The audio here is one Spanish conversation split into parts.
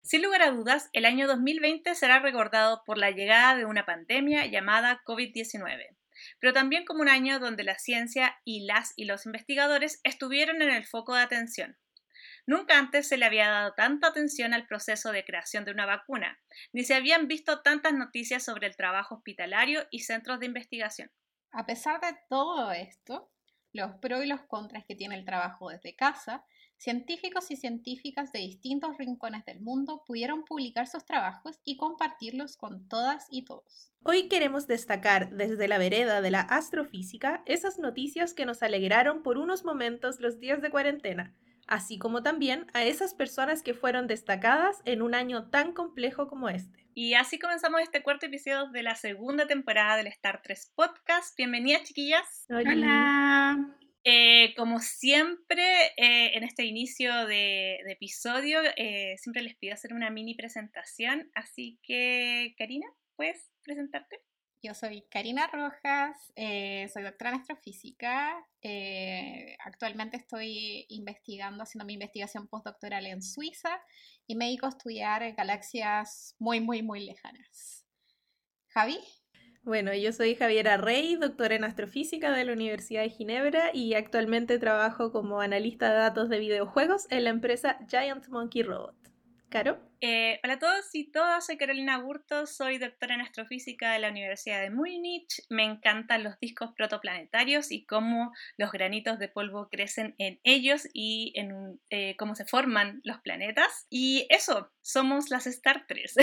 Sin lugar a dudas, el año 2020 será recordado por la llegada de una pandemia llamada COVID-19, pero también como un año donde la ciencia y los investigadores estuvieron en el foco de atención. Nunca antes se le había dado tanta atención al proceso de creación de una vacuna, ni se habían visto tantas noticias sobre el trabajo hospitalario y centros de investigación. A pesar de todo esto, los pros y los contras que tiene el trabajo desde casa, científicos y científicas de distintos rincones del mundo pudieron publicar sus trabajos y compartirlos con todas y todos. Hoy queremos destacar desde la vereda de la astrofísica esas noticias que nos alegraron por unos momentos los días de cuarentena, así como también a esas personas que fueron destacadas en un año tan complejo como este. Y así comenzamos este cuarto episodio de la segunda temporada del Star 3 Podcast. Bienvenidas, chiquillas. ¡Hola! Como siempre, en este inicio de episodio, siempre les pido hacer una mini presentación. Así que, Karina, ¿puedes presentarte? Yo soy Karina Rojas, soy doctora en astrofísica. Actualmente estoy investigando, haciendo mi investigación postdoctoral en Suiza y me dedico a estudiar galaxias muy, muy, muy lejanas. ¿Javi? Bueno, yo soy Javiera Rey, doctora en astrofísica de la Universidad de Ginebra y actualmente trabajo como analista de datos de videojuegos en la empresa Giant Monkey Robot. ¿Caro? Hola a todos y todas, soy Carolina Burto, soy doctora en astrofísica de la Universidad de Múnich. Me encantan los discos protoplanetarios y cómo los granitos de polvo crecen en ellos y cómo se forman los planetas. Y eso, somos las Star 3.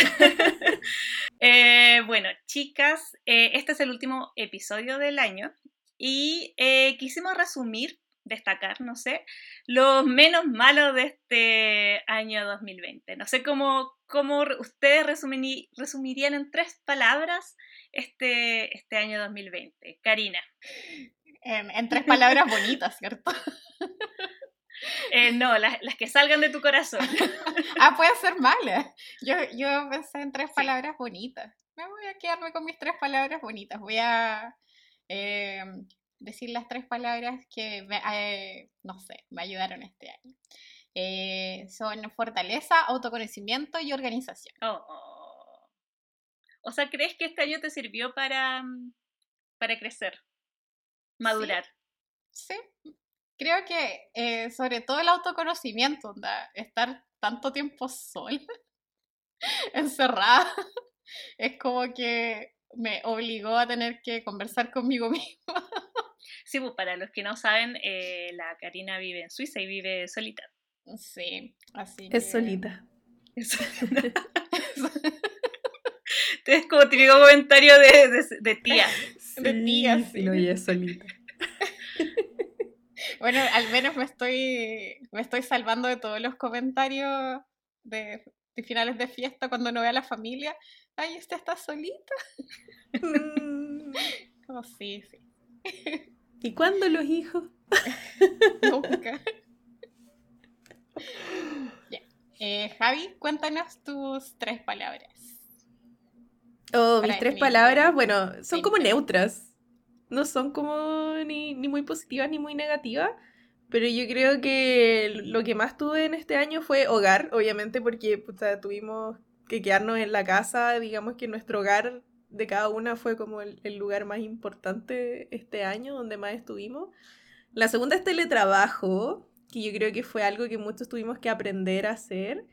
Bueno, chicas, este es el último episodio del año y quisimos destacar, no sé, lo menos malo de este año 2020. No sé cómo ustedes resumirían en 3 palabras este año 2020. Karina. En 3 palabras bonitas, ¿cierto? No, las que salgan de tu corazón. Puede ser mala. Yo pensé en 3 palabras bonitas. Me voy a quedarme con mis 3 palabras bonitas. Voy a decir las 3 palabras que, no sé, me ayudaron este año. Son fortaleza, autoconocimiento y organización. Oh. O sea, ¿crees que este año te sirvió para crecer, madurar? Sí. Creo que sobre todo el autoconocimiento, estar tanto tiempo sola, encerrada, es como que me obligó a tener que conversar conmigo misma. Sí, pues para los que no saben, la Karina vive en Suiza y vive solita. Sí, así Es que... solita. Es como típico comentario de tía. Sí, de tía, sí. no, ella es solita. Bueno, al menos me estoy salvando de todos los comentarios de finales de fiesta cuando no veo a la familia. Ay, ¿usted está solita? Oh, sí. ¿Y cuándo los hijos? Nunca. Javi, cuéntanos tus 3 palabras. Mis 3 palabras, bueno, son como 2020. neutras. No son como ni muy positivas ni muy negativas. Pero yo creo que lo que más tuve en este año fue hogar, obviamente, porque puta, tuvimos que quedarnos en la casa. Digamos que nuestro hogar de cada una fue como el lugar más importante este año, donde más estuvimos. La segunda es teletrabajo, que yo creo que fue algo que muchos tuvimos que aprender a hacer.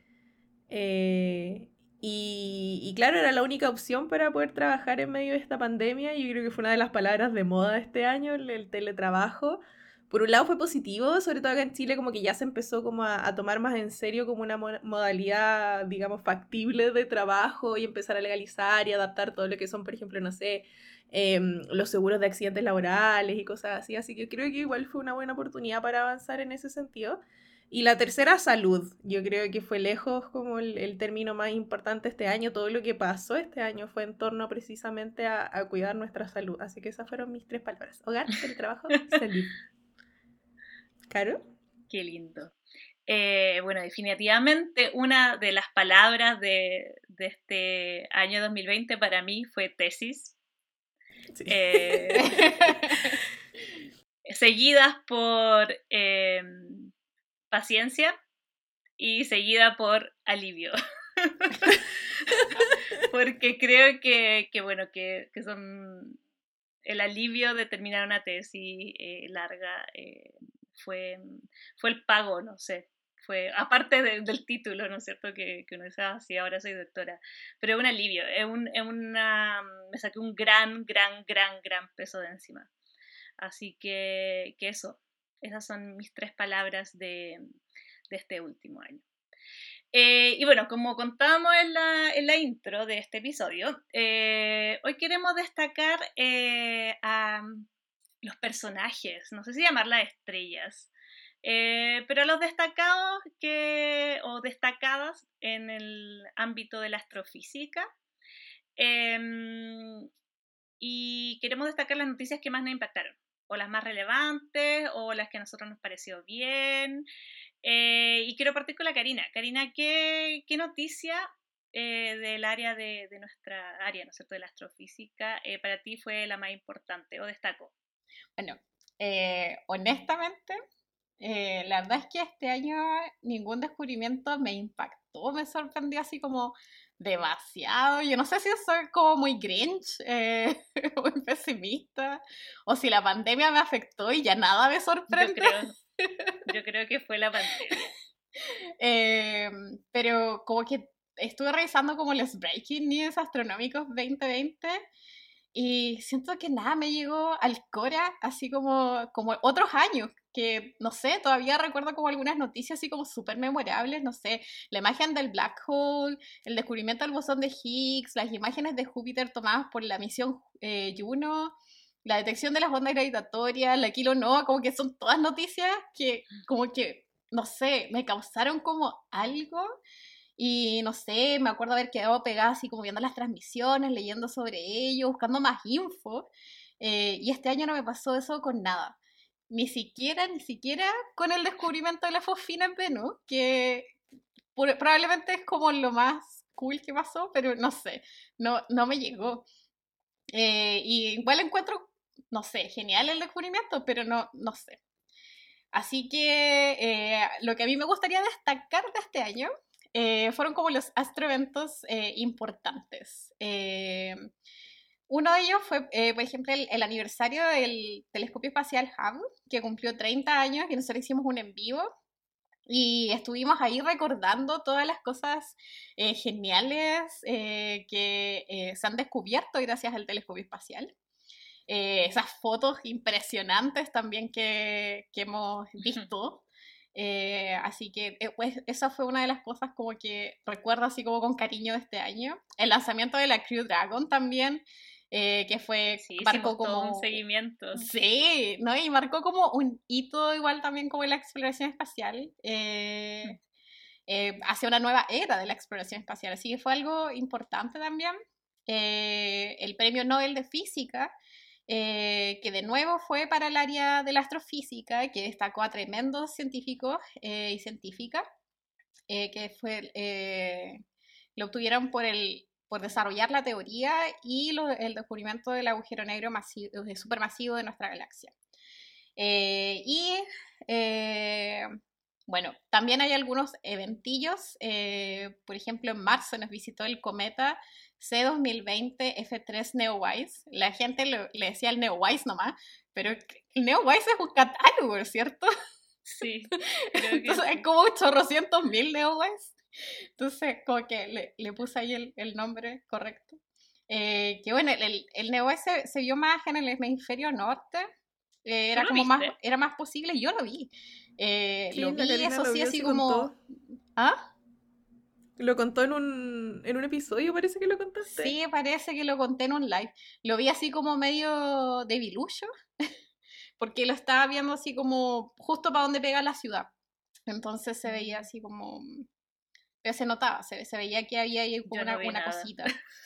Y claro, era la única opción para poder trabajar en medio de esta pandemia. Yo creo que fue una de las palabras de moda de este año, el teletrabajo. Por un lado fue positivo, sobre todo acá en Chile, como que ya se empezó como a tomar más en serio como una modalidad, digamos, factible de trabajo y empezar a legalizar y adaptar todo lo que son, por ejemplo, no sé, los seguros de accidentes laborales y cosas así. Así que creo que igual fue una buena oportunidad para avanzar en ese sentido. Y la tercera, salud. Yo creo que fue lejos como el término más importante este año. Todo lo que pasó este año fue en torno precisamente a cuidar nuestra salud. Así que esas fueron mis 3 palabras. Hogar, teletrabajo, salud. ¿Caro? Qué lindo. Bueno, definitivamente una de las palabras de este año 2020 para mí fue tesis. Sí. Seguidas por paciencia y seguida por alivio. Porque creo bueno, que son el alivio de terminar una tesis larga, fue el pago, no sé. Fue, aparte del título, ¿no es cierto? Que uno dice, ah, sí, ahora soy doctora. Pero es un alivio, me saqué un gran peso de encima. Así que eso, esas son mis 3 palabras de este último año. Y bueno, como contábamos en la intro de este episodio, hoy queremos destacar a los personajes, no sé si llamarlas estrellas, pero a los destacados o destacadas en el ámbito de la astrofísica. Y queremos destacar las noticias que más nos impactaron, o las más relevantes, o las que a nosotros nos pareció bien. Y quiero partir con la Karina. Karina, ¿qué noticia del área de nuestra área, ¿no es cierto?, de la astrofísica, para ti fue la más importante o destacó? Bueno, honestamente, la verdad es que este año ningún descubrimiento me impactó, me sorprendió así como demasiado. Yo no sé si soy como muy Grinch, muy pesimista, o si la pandemia me afectó y ya nada me sorprende. Yo creo que fue la pandemia. Pero como que estuve revisando como los breaking news astronómicos 2020 y siento que nada me llegó al Cora, así como otros años, que no sé, todavía recuerdo como algunas noticias así como súper memorables, no sé, la imagen del black hole, el descubrimiento del bosón de Higgs, las imágenes de Júpiter tomadas por la misión Juno, la detección de las ondas gravitatorias, la kilonova, como que son todas noticias que como que, no sé, me causaron como algo. Y no sé, me acuerdo haber quedado pegada así como viendo las transmisiones, leyendo sobre ello, buscando más info. Y este año no me pasó eso con nada. Ni siquiera con el descubrimiento de la fosfina en Venus, que probablemente es como lo más cool que pasó, pero no sé, no me llegó. Y igual encuentro, no sé, genial el descubrimiento, pero no sé. Así que lo que a mí me gustaría destacar de este año fueron como los astroeventos importantes. Uno de ellos fue, por ejemplo, el aniversario del telescopio espacial Hubble, que cumplió 30 años, y nosotros hicimos un en vivo. Y estuvimos ahí recordando todas las cosas geniales que se han descubierto gracias al telescopio espacial. Esas fotos impresionantes también que hemos visto. Así que pues, esa fue una de las cosas como que recuerdo así como con cariño de este año. El lanzamiento de la Crew Dragon también, que fue, sí, marcó como todo un seguimiento. Sí, ¿no? Y marcó como un hito igual también como en la exploración espacial. Hacia una nueva era de la exploración espacial. Así que fue algo importante también. El premio Nobel de Física, que de nuevo fue para el área de la astrofísica, que destacó a tremendos científicos y científicas, que lo obtuvieron por desarrollar la teoría y el descubrimiento del agujero negro supermasivo de nuestra galaxia. Bueno, también hay algunos eventillos. Por ejemplo, en marzo nos visitó el cometa C2020 F3 Neowise. La gente le decía el Neowise nomás, pero el Neowise es un catálogo, ¿cierto? Sí, creo que entonces sí. hay como 800.000 Neowise. Entonces, como que le puse ahí el nombre correcto. Que bueno, el Neowise se vio más en el hemisferio norte. Era como viste? era más posible, yo lo vi. Sí, Lo la vi, Karina eso lo sí, vio, así sí como. contó. ¿Ah? Lo contó en un episodio, parece que lo contaste. Sí, parece que lo conté en un live. Lo vi así como medio debilucho, porque lo estaba viendo así como justo para donde pega la ciudad. Entonces se veía así como. Pero se notaba, se veía que había ahí como Yo no vi una nada. cosita.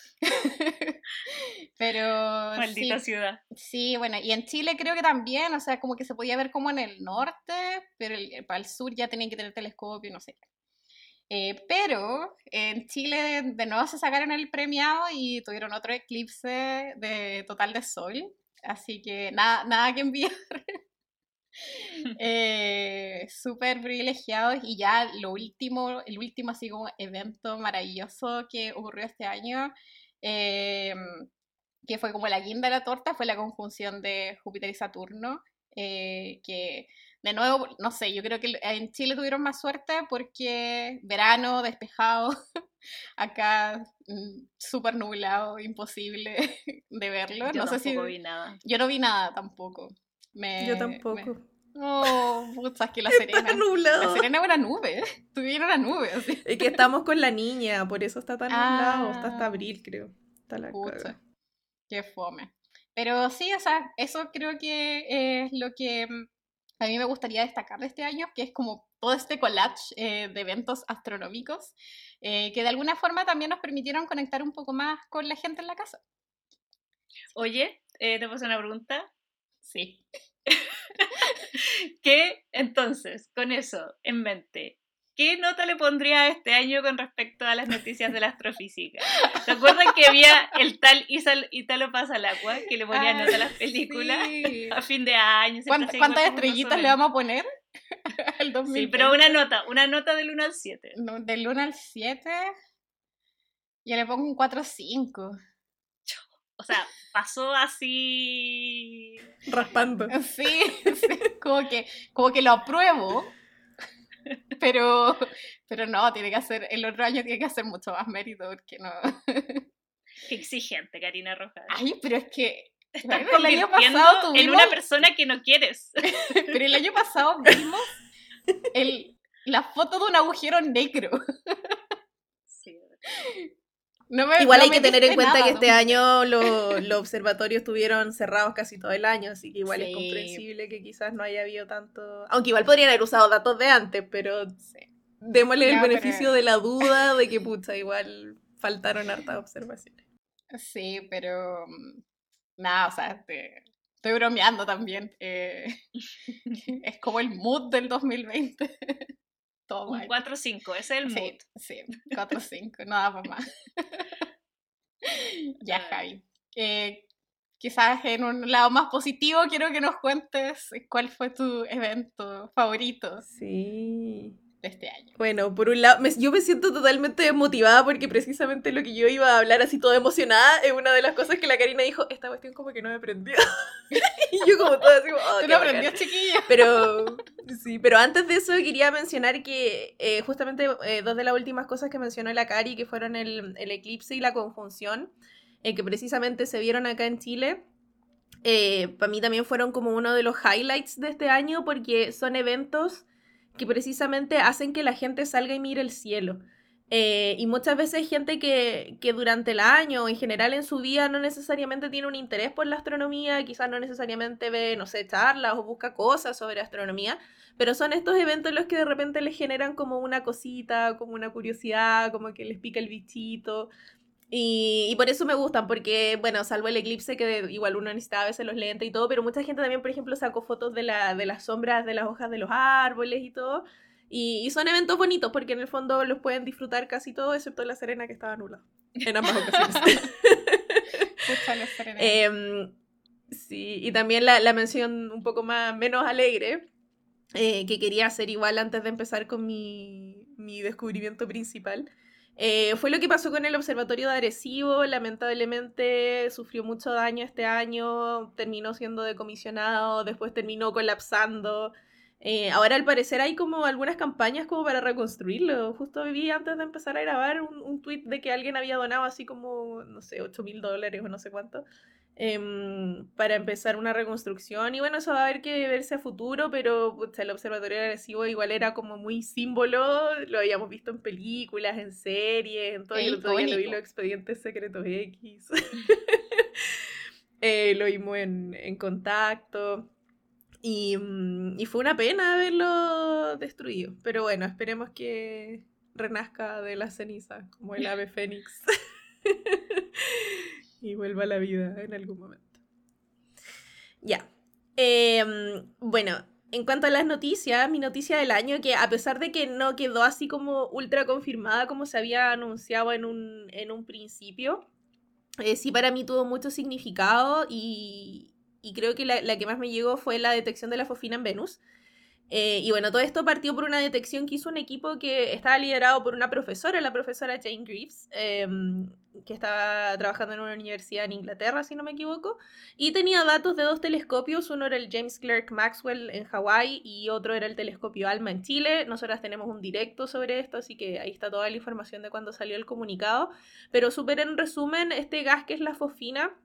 Pero Maldita sí, ciudad. sí, bueno, y en Chile creo que también, o sea, como que se podía ver como en el norte, pero para el sur ya tenían que tener telescopio, no sé. Pero en Chile de nuevo se sacaron el premiado y tuvieron otro eclipse total de sol, así que nada que enviar. Súper privilegiados y ya el último así como evento maravilloso que ocurrió este año, eh, que fue como la guinda de la torta, fue la conjunción de Júpiter y Saturno, que de nuevo, no sé, yo creo que en Chile tuvieron más suerte porque verano, despejado, acá súper nublado, imposible de verlo. Yo No sé tampoco vi nada. Yo no vi nada tampoco. Yo tampoco. Oh, puta, es que La Está Serena nublado. es una nube, tuvieron una nube, así. Es que estamos con la niña, por eso está tan nublado. Está hasta Ah, abril, creo. Está la pucha, caga. qué fome. Pero sí, o sea, eso creo que es lo que a mí me gustaría destacar de este año, que es como todo este collage de eventos astronómicos, que de alguna forma también nos permitieron conectar un poco más con la gente en la casa. Oye, te puedo hacer una pregunta. Sí. ¿Qué, entonces, con eso en mente, qué nota le pondría este año con respecto a las noticias de la astrofísica? ¿Se acuerdan que había el tal Italo Pasalacqua que le ponía nota a las películas Sí. a fin de año? ¿Cuántas estrellitas le vamos a poner al 2020? Sí, pero una nota del 1 al 7. No, del 1 al 7, yo le pongo un 4 o 5. O sea, pasó así... Raspando. Sí, sí, como que lo apruebo, pero no, tiene que hacer, el otro año tiene que hacer mucho más mérito, porque no. Qué exigente, Karina Rojas. Ay, pero es que Estás el año convirtiendo pasado en tuvimos, una persona que no quieres. pero el año pasado vimos la foto de un agujero negro. Sí. Igual No hay me que tener en diste cuenta nada, que este 2020. año los observatorios estuvieron cerrados casi todo el año, así que igual es Sí. comprensible que quizás no haya habido tanto... Aunque igual podrían haber usado datos de antes, pero Sí. démosle el No, beneficio pero- de la duda de que, pucha, igual faltaron hartas observaciones. Sí, pero nada, o sea, estoy bromeando también. Es como el mood del 2020. Todo Un mal. 4-5, ese es el mood. Sí, 4 o 5, no da para más. Ya, Javi. Quizás en un lado más positivo quiero que nos cuentes cuál fue tu evento favorito Sí. de este año. Bueno, por un lado, yo me siento totalmente desmotivada porque precisamente lo que yo iba a hablar así toda emocionada es una de las cosas que la Karina dijo, esta cuestión como que no me prendió. Y yo como toda así, oh, ¿Tú qué no bacán. aprendió, chiquilla? Pero sí, pero antes de eso quería mencionar que justamente dos de las últimas cosas que mencionó la Cari, que fueron el eclipse y la conjunción, que precisamente se vieron acá en Chile, para mí también fueron como uno de los highlights de este año porque son eventos que precisamente hacen que la gente salga y mire el cielo. Y muchas veces hay gente que durante el año o en general en su vida no necesariamente tiene un interés por la astronomía, quizás no necesariamente ve, no sé, charlas o busca cosas sobre astronomía, pero son estos eventos los que de repente les generan como una cosita, como una curiosidad, como que les pica el bichito. Y por eso me gustan, porque, bueno, salvo el eclipse, que igual uno necesitaba a veces los lentes y todo, pero mucha gente también, por ejemplo, sacó fotos de las sombras de las hojas de los árboles y todo. Y son eventos bonitos, porque en el fondo los pueden disfrutar casi todos, excepto La Serena, que estaba nublado. En ambas ocasiones. Pucha, la Serena. Sí, y también la mención un poco menos alegre, que quería hacer igual antes de empezar con mi descubrimiento principal. Fue lo que pasó con el observatorio de Arecibo. Lamentablemente sufrió mucho daño este año, terminó siendo decomisionado, después terminó colapsando. Ahora al parecer hay como algunas campañas como para reconstruirlo. Justo vi antes de empezar a grabar un tweet de que alguien había donado así como, no sé, $8,000 o no sé cuánto, para empezar una reconstrucción. Y bueno, eso va a haber que verse a futuro, pero pucha, el observatorio de Arecibo igual era como muy símbolo, lo habíamos visto en películas, en series, en todo. Es Yo el otro día lo vi en icónico. los Expedientes Secretos X. Lo vimos en Contacto. Y fue una pena haberlo destruido. Pero bueno, esperemos que renazca de las cenizas, como el ave fénix. Y vuelva a la vida en algún momento. Ya. Bueno, en cuanto a las noticias, mi noticia del año, que a pesar de que no quedó así como ultra confirmada como se había anunciado en un principio, sí para mí tuvo mucho significado y y creo que la que más me llegó fue la detección de la fosfina en Venus. Y bueno, todo esto partió por una detección que hizo un equipo que estaba liderado por una profesora, la profesora Jane Greaves, que estaba trabajando en una universidad en Inglaterra, si no me equivoco, y tenía datos de 2 telescopios, uno era el James Clerk Maxwell en Hawái y otro era el telescopio ALMA en Chile. Nosotras tenemos un directo sobre esto, así que ahí está toda la información de cuando salió el comunicado, pero súper en resumen, este gas que es la fosfina,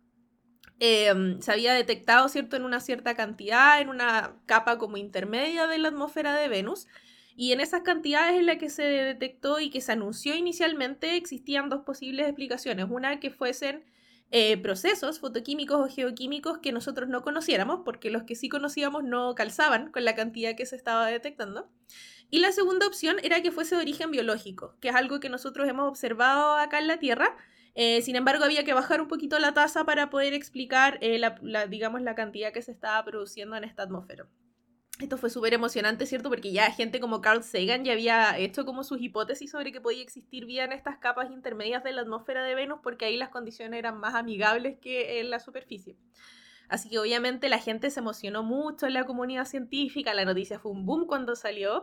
se había detectado, ¿cierto?, en una cierta cantidad, en una capa como intermedia de la atmósfera de Venus, y en esas cantidades en las que se detectó y que se anunció inicialmente existían 2 posibles explicaciones. Una, que fuesen procesos fotoquímicos o geoquímicos que nosotros no conociéramos, porque los que sí conocíamos no calzaban con la cantidad que se estaba detectando. Y la segunda opción era que fuese de origen biológico, que es algo que nosotros hemos observado acá en la Tierra. Sin embargo, había que bajar un poquito la tasa para poder explicar digamos, la cantidad que se estaba produciendo en esta atmósfera. Esto fue súper emocionante, ¿cierto? Porque ya gente como Carl Sagan ya había hecho como sus hipótesis sobre que podía existir vida en estas capas intermedias de la atmósfera de Venus, porque ahí las condiciones eran más amigables que en la superficie. Así que obviamente la gente se emocionó mucho en la comunidad científica, la noticia fue un boom cuando salió,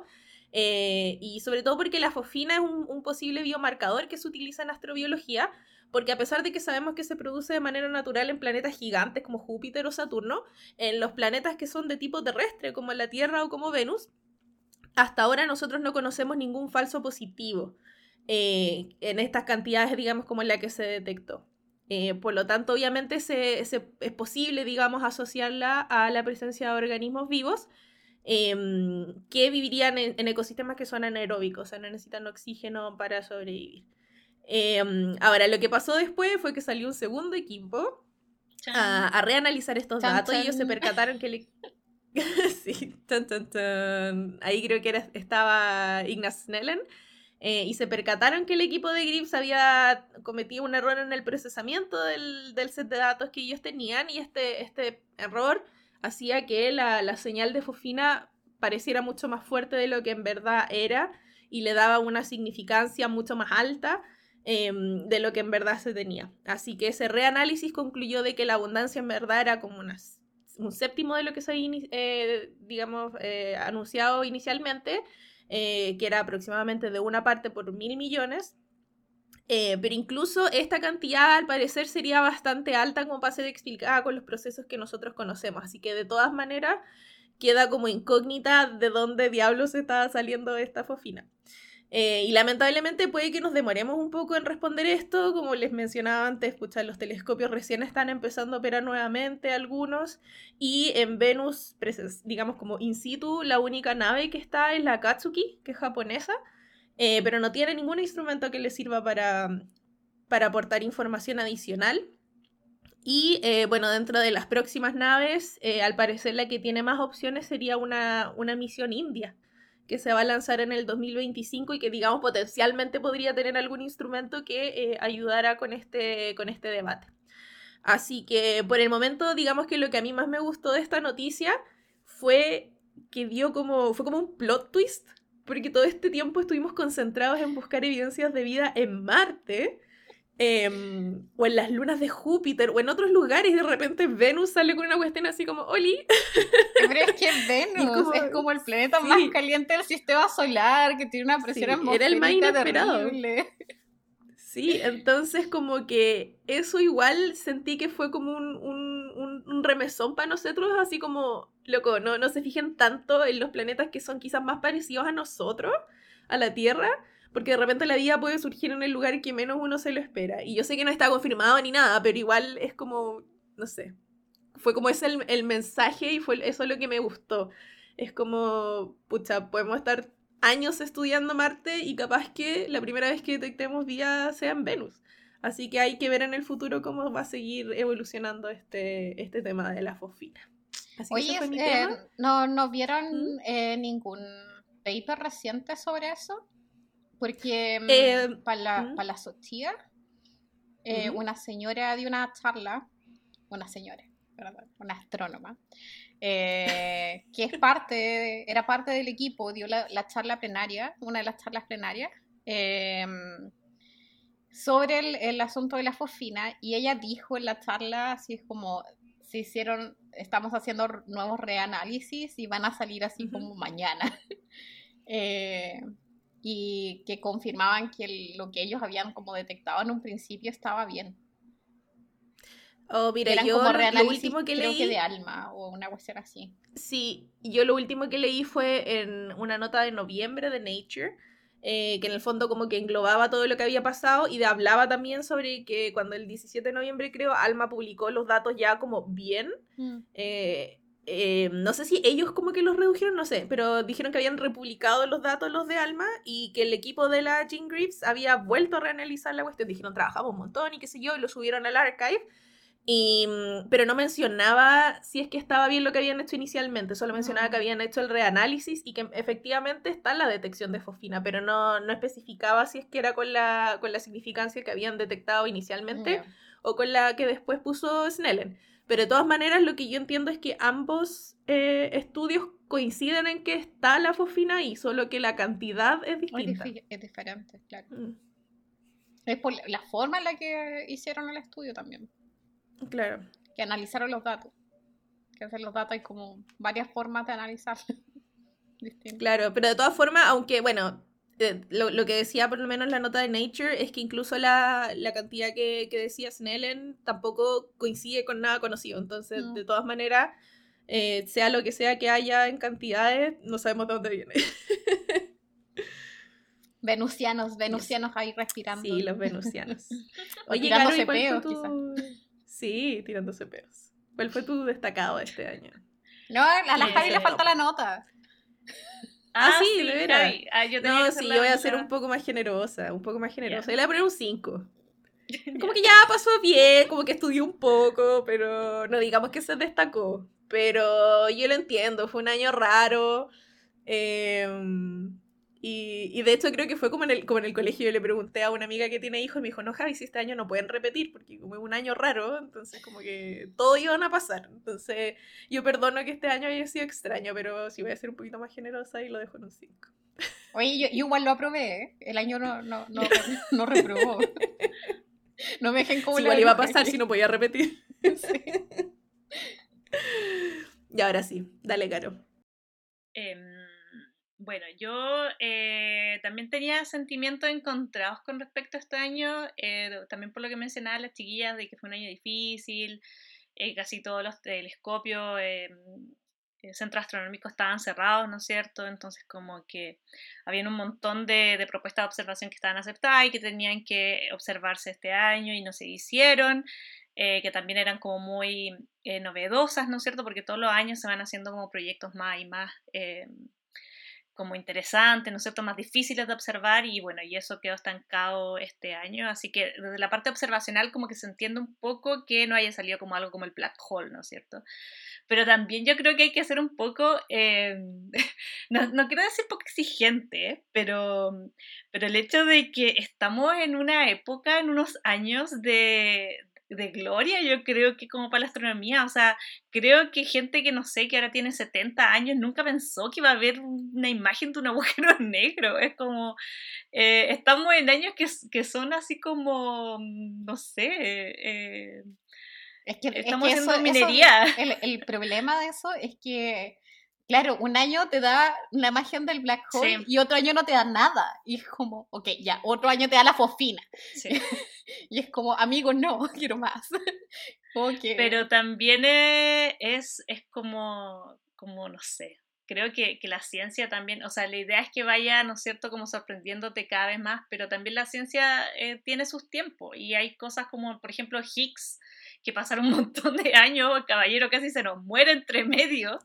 y sobre todo porque la fosfina es un posible biomarcador que se utiliza en astrobiología, porque a pesar de que sabemos que se produce de manera natural en planetas gigantes como Júpiter o Saturno, en los planetas que son de tipo terrestre, como la Tierra o como Venus, hasta ahora nosotros no conocemos ningún falso positivo en estas cantidades, digamos, como en la que se detectó. Por lo tanto, obviamente es posible, digamos, asociarla a la presencia de organismos vivos que vivirían en ecosistemas que son anaeróbicos, o sea, no necesitan oxígeno para sobrevivir. Ahora, lo que pasó después fue que salió un segundo equipo a reanalizar estos datos y ellos se percataron que sí, tan, tan, tan. Ahí creo que estaba Ignaz Snellen. Y se percataron que el equipo de Greaves había cometido un error en el procesamiento del set de datos que ellos tenían, y este error hacía que la señal de fosfina pareciera mucho más fuerte de lo que en verdad era, y le daba una significancia mucho más alta de lo que en verdad se tenía. Así que ese reanálisis concluyó de que la abundancia en verdad era como un séptimo de lo que se había anunciado inicialmente, que era aproximadamente de 1 parte por 1.000 millones. Pero incluso esta cantidad al parecer sería bastante alta como para ser explicada con los procesos que nosotros conocemos. Así que de todas maneras queda como incógnita de dónde diablos está saliendo esta fosfina. Y lamentablemente puede que nos demoremos un poco en responder esto. Como les mencionaba antes, pucha, los telescopios recién están empezando a operar nuevamente algunos, y en Venus, digamos como in situ, la única nave que está es la Akatsuki, que es japonesa, pero no tiene ningún instrumento que le sirva para aportar información adicional. Y bueno, dentro de las próximas naves, al parecer la que tiene más opciones sería una misión india, que se va a lanzar en el 2025 y que, digamos, potencialmente podría tener algún instrumento que ayudara con este debate. Así que por el momento, digamos que lo que a mí más me gustó de esta noticia fue que fue como un plot twist, porque todo este tiempo estuvimos concentrados en buscar evidencias de vida en Marte, o en las lunas de Júpiter, o en otros lugares, y de repente Venus sale con una cuestión así como, ¡Oli! Pero es que Venus es como el planeta más caliente del sistema solar, que tiene una presión atmosférica era el más inesperado. terrible. Sí, entonces como que eso igual sentí que fue como un remesón para nosotros, así como, loco, no se fijen tanto en los planetas que son quizás más parecidos a nosotros, a la Tierra, porque de repente la vida puede surgir en el lugar que menos uno se lo espera. Y yo sé que no está confirmado ni nada, pero igual es como, no sé, fue como ese el mensaje, y eso es lo que me gustó. Es como, pucha, podemos estar años estudiando Marte y capaz que la primera vez que detectemos vida sea en Venus. Así que hay que ver en el futuro cómo va a seguir evolucionando este tema de la fosfina. Así Oye, que ese fue mi tema. ¿no vieron ningún paper reciente sobre eso? Porque para la SOTIA, una señora dio una charla, una astrónoma, que era parte del equipo, dio la charla plenaria, una de las charlas plenarias, sobre el asunto de la fosfina, y ella dijo en la charla, así es como, estamos haciendo nuevos reanálisis y van a salir así como mañana. Y que confirmaban que lo que ellos habían como detectado en un principio estaba bien. Oh, Que mira, eran yo como lo reanálisis, último que creo que de leí, alma o una cuestión así. sí, yo lo último que leí fue en una nota de noviembre de Nature, que en el fondo como que englobaba todo lo que había pasado y hablaba también sobre que cuando el 17 de noviembre creo, Alma publicó los datos ya como bien. No sé si ellos como que los redujeron, no sé, pero dijeron que habían republicado los datos los de Alma y que el equipo de la Jean Greaves había vuelto a reanalizar la cuestión. Dijeron, trabajamos un montón y qué sé yo, y lo subieron al archive. Pero no mencionaba si es que estaba bien lo que habían hecho inicialmente, solo mencionaba que habían hecho el reanálisis y que efectivamente está la detección de fosfina, pero no especificaba si es que era con la significancia que habían detectado inicialmente o con la que después puso Snellen. Pero de todas maneras lo que yo entiendo es que ambos estudios coinciden en que está la fosfina ahí, solo que la cantidad es distinta. Es diferente, claro. Mm. Es por la forma en la que hicieron el estudio también. Claro. Que analizaron los datos. Que hacer los datos hay como varias formas de analizar. Claro, pero de todas formas, aunque, bueno, lo que decía por lo menos la nota de Nature es que incluso la cantidad que decía Snellen tampoco coincide con nada conocido. Entonces, de todas maneras, sea lo que sea que haya en cantidades, no sabemos de dónde viene. Venusianos ahí respirando. Sí, los venusianos. Oye, Caro, ¿y cuál peos, fue tu...? Sí, tirándose peos. ¿Cuál fue tu destacado este año? No, a la Javi le falta la nota. Sí, de veras. Yo tenía que yo voy a ser un poco más generosa, Yeah. Yo le voy a poner un 5. Como que ya pasó bien, como que estudió un poco, pero no digamos que se destacó. Pero yo lo entiendo, fue un año raro. Y de hecho creo que fue como en el colegio. Yo le pregunté a una amiga que tiene hijos y me dijo, no, Javi, si este año no pueden repetir, porque como es un año raro, entonces como que todo iban a pasar. Entonces yo perdono que este año haya sido extraño, pero sí voy a ser un poquito más generosa y lo dejo en un 5. Oye, yo igual lo aprobé, ¿eh? El año no reprobó. No me dejen como igual iba a pasar si no podía repetir. Sí. Y ahora sí, dale, Caro. Bueno, yo también tenía sentimientos encontrados con respecto a este año, también por lo que mencionaba las chiquillas de que fue un año difícil, casi todos los telescopios, centros astronómicos estaban cerrados, ¿no es cierto? Entonces como que había un montón de propuestas de observación que estaban aceptadas y que tenían que observarse este año y no se hicieron, que también eran como muy novedosas, ¿no es cierto? Porque todos los años se van haciendo como proyectos más y más como interesantes, ¿no es cierto?, más difíciles de observar y bueno, y eso quedó estancado este año, así que desde la parte observacional como que se entiende un poco que no haya salido como algo como el black hole, ¿no es cierto? Pero también yo creo que hay que ser un poco, no quiero decir poco exigente, pero el hecho de que estamos en una época, en unos años de gloria, yo creo que como para la astronomía, o sea, creo que gente que no sé, que ahora tiene 70 años, nunca pensó que iba a haber una imagen de un agujero negro, es como, estamos en años que son así como, no sé, estamos haciendo minería. El problema de eso es que, claro, un año te da la magia del black hole y otro año no te da nada. Y es como, ok, ya, otro año te da la fosfina. Sí. Y es como, amigo, no, quiero más. Pero también es como, no sé, creo que la ciencia también, o sea, la idea es que vaya, ¿no es cierto?, como sorprendiéndote cada vez más, pero también la ciencia tiene sus tiempos y hay cosas como, por ejemplo, Higgs, que pasaron un montón de años, el caballero casi se nos muere entre medio,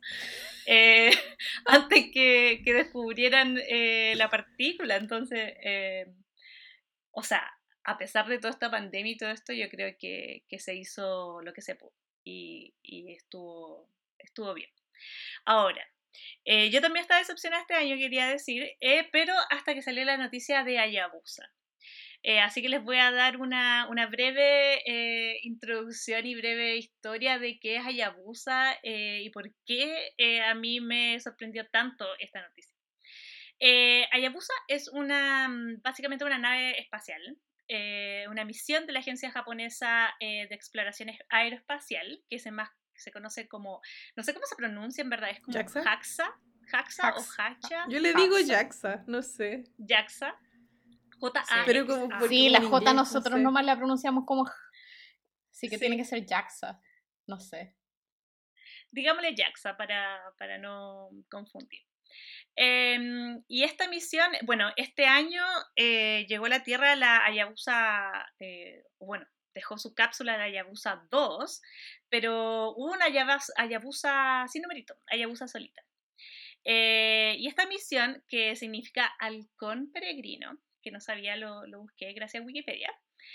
antes que descubrieran la partícula, entonces, o sea, a pesar de toda esta pandemia y todo esto, yo creo que se hizo lo que se pudo y estuvo bien. Ahora, yo también estaba decepcionada este año, quería decir, pero hasta que salió la noticia de Hayabusa. Así que les voy a dar una breve introducción y breve historia de qué es Hayabusa y por qué a mí me sorprendió tanto esta noticia. Hayabusa es básicamente una nave espacial, una misión de la agencia japonesa de exploración aeroespacial, que se se conoce como, no sé cómo se pronuncia en verdad, es como ¿Jaxa? Jaxa o Hacha, Yo le digo Jaxa. Jaxa, no sé. Jaxa, Sí. Pero como J-A-X-A. porque Sí, como la en J inglés, no nosotros sé. nomás la pronunciamos como así que tiene Sí, que ser Jaxa. No sé. digámosle Jaxa para no confundir. Y esta misión, bueno, este año llegó a la Tierra la Hayabusa, bueno, dejó su cápsula la Hayabusa 2, pero hubo una Hayabusa sin numerito, Hayabusa solita. Y esta misión, que significa halcón peregrino, que no sabía, lo busqué gracias a Wikipedia,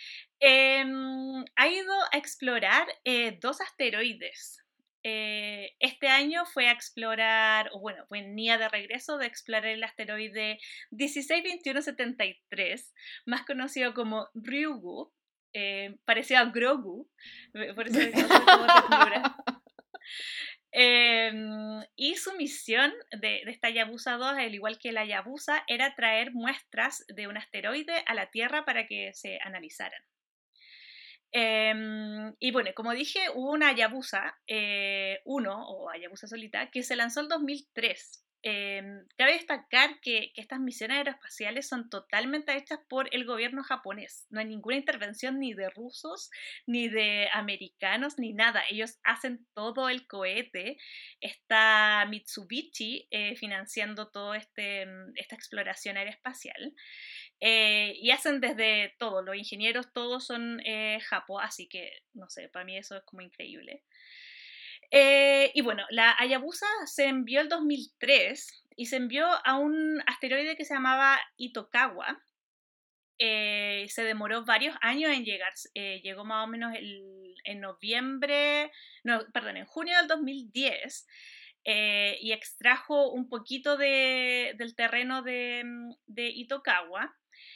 ha ido a explorar 2 asteroides. Este año fue a explorar, o bueno, venía de regreso de explorar el asteroide 162173, más conocido como Ryugu, parecido a Grogu, por eso me causó como ternura. Y su misión de esta Hayabusa 2, al igual que la Hayabusa, era traer muestras de un asteroide a la Tierra para que se analizaran. Y bueno, como dije, hubo una Hayabusa 1 o Hayabusa solita que se lanzó en 2003. Cabe destacar que estas misiones aeroespaciales son totalmente hechas por el gobierno japonés. No hay ninguna intervención ni de rusos, ni de americanos, ni nada. Ellos hacen todo el cohete. Está Mitsubishi financiando toda esta exploración aeroespacial. Y hacen desde todo, los ingenieros todos son japo, así que no sé, para mí eso es como increíble. Y bueno, la Hayabusa se envió el 2003 y se envió a un asteroide que se llamaba Itokawa. Se demoró varios años en llegar, llegó más o menos en noviembre, no, perdón, en junio del 2010. Y extrajo un poquito del terreno de Itokawa.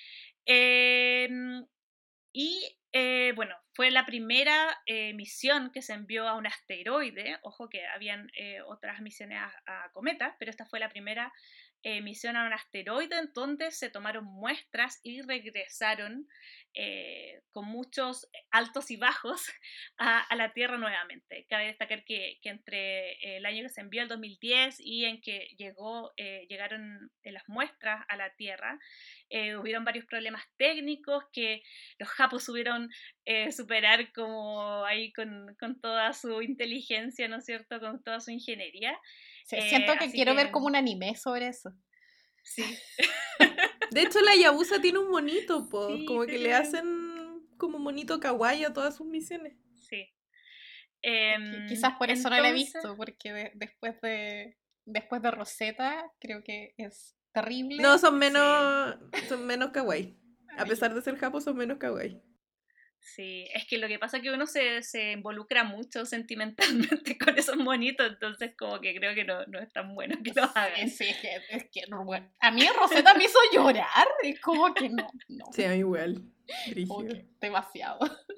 Y bueno, fue la primera misión que se envió a un asteroide. Ojo que habían otras misiones a cometas, pero esta fue la primera misión a un asteroide en donde se tomaron muestras y regresaron con muchos altos y bajos a la Tierra nuevamente. Cabe destacar que entre el año que se envió, el 2010, y en que llegaron las muestras a la Tierra, hubieron varios problemas técnicos que los japos subieron superar como ahí con toda su inteligencia, ¿no es cierto? Con toda su ingeniería. Sí, siento que Así quiero ver que como un anime sobre eso. sí. De hecho, la Hayabusa tiene un monito, po. Sí, Como que le hacen como monito kawaii a todas sus misiones. sí. Quizás por eso no la he Entonces, visto, porque después de Rosetta creo que es terrible. No, sí. son menos kawaii. A pesar de ser japos, son menos kawaii. Sí, es que lo que pasa es que uno se involucra mucho sentimentalmente con esos monitos, entonces como que creo que no es tan bueno que lo hagan. Sí, es que no, bueno, a mí Rosetta me hizo llorar, es como que no, Sí, a mí igual. como Brígido. que demasiado.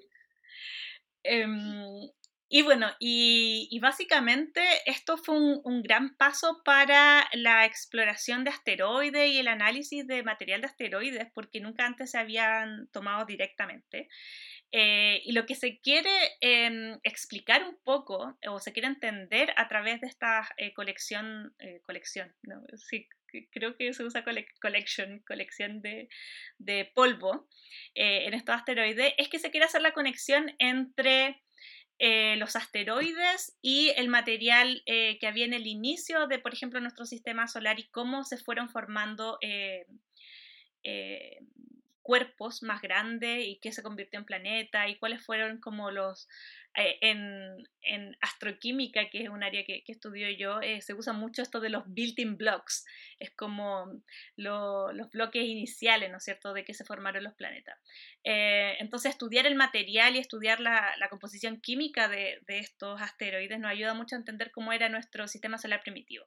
Em, y bueno, y básicamente esto fue un gran paso para la exploración de asteroides y el análisis de material de asteroides, porque nunca antes se habían tomado directamente. Y lo que se quiere explicar un poco, o se quiere entender a través de esta colección, ¿no? Sí, creo que se usa colección de polvo en estos asteroides, es que se quiere hacer la conexión entre los asteroides y el material que había en el inicio de, por ejemplo, nuestro sistema solar y cómo se fueron formando eh, cuerpos más grandes y qué se convirtió en planeta y cuáles fueron como los... en astroquímica, que es un área que estudio yo, se usa mucho esto de los building blocks, es como los bloques iniciales, ¿no es cierto?, de que se formaron los planetas. Entonces estudiar el material y estudiar la composición química de estos asteroides nos ayuda mucho a entender cómo era nuestro sistema solar primitivo.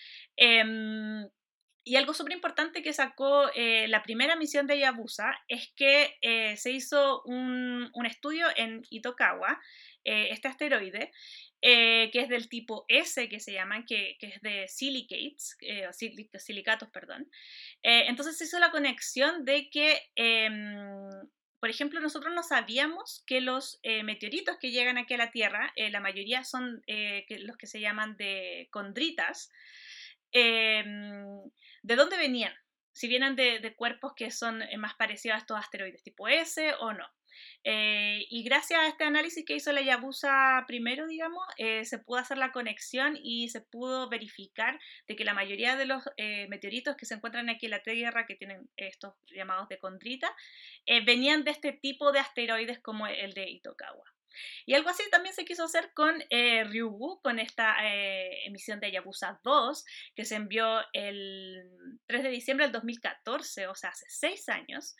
Y algo súper importante que sacó la primera misión de Hayabusa es que se hizo un estudio en Itokawa, este asteroide, que es del tipo S, que se llaman, que es de silicates, silicatos, perdón. Entonces se hizo la conexión de que por ejemplo, nosotros no sabíamos que los meteoritos que llegan aquí a la Tierra, la mayoría son los que se llaman de condritas, ¿de dónde venían? Si vienen de cuerpos que son más parecidos a estos asteroides tipo S o no. Y gracias a este análisis que hizo la Hayabusa primero, digamos, se pudo hacer la conexión y se pudo verificar de que la mayoría de los meteoritos que se encuentran aquí en la Tierra, que tienen estos llamados de condrita, venían de este tipo de asteroides como el de Itokawa. Y algo así también se quiso hacer con Ryugu, con esta emisión de Hayabusa 2, que se envió el 3 de diciembre del 2014, o sea, hace 6 años.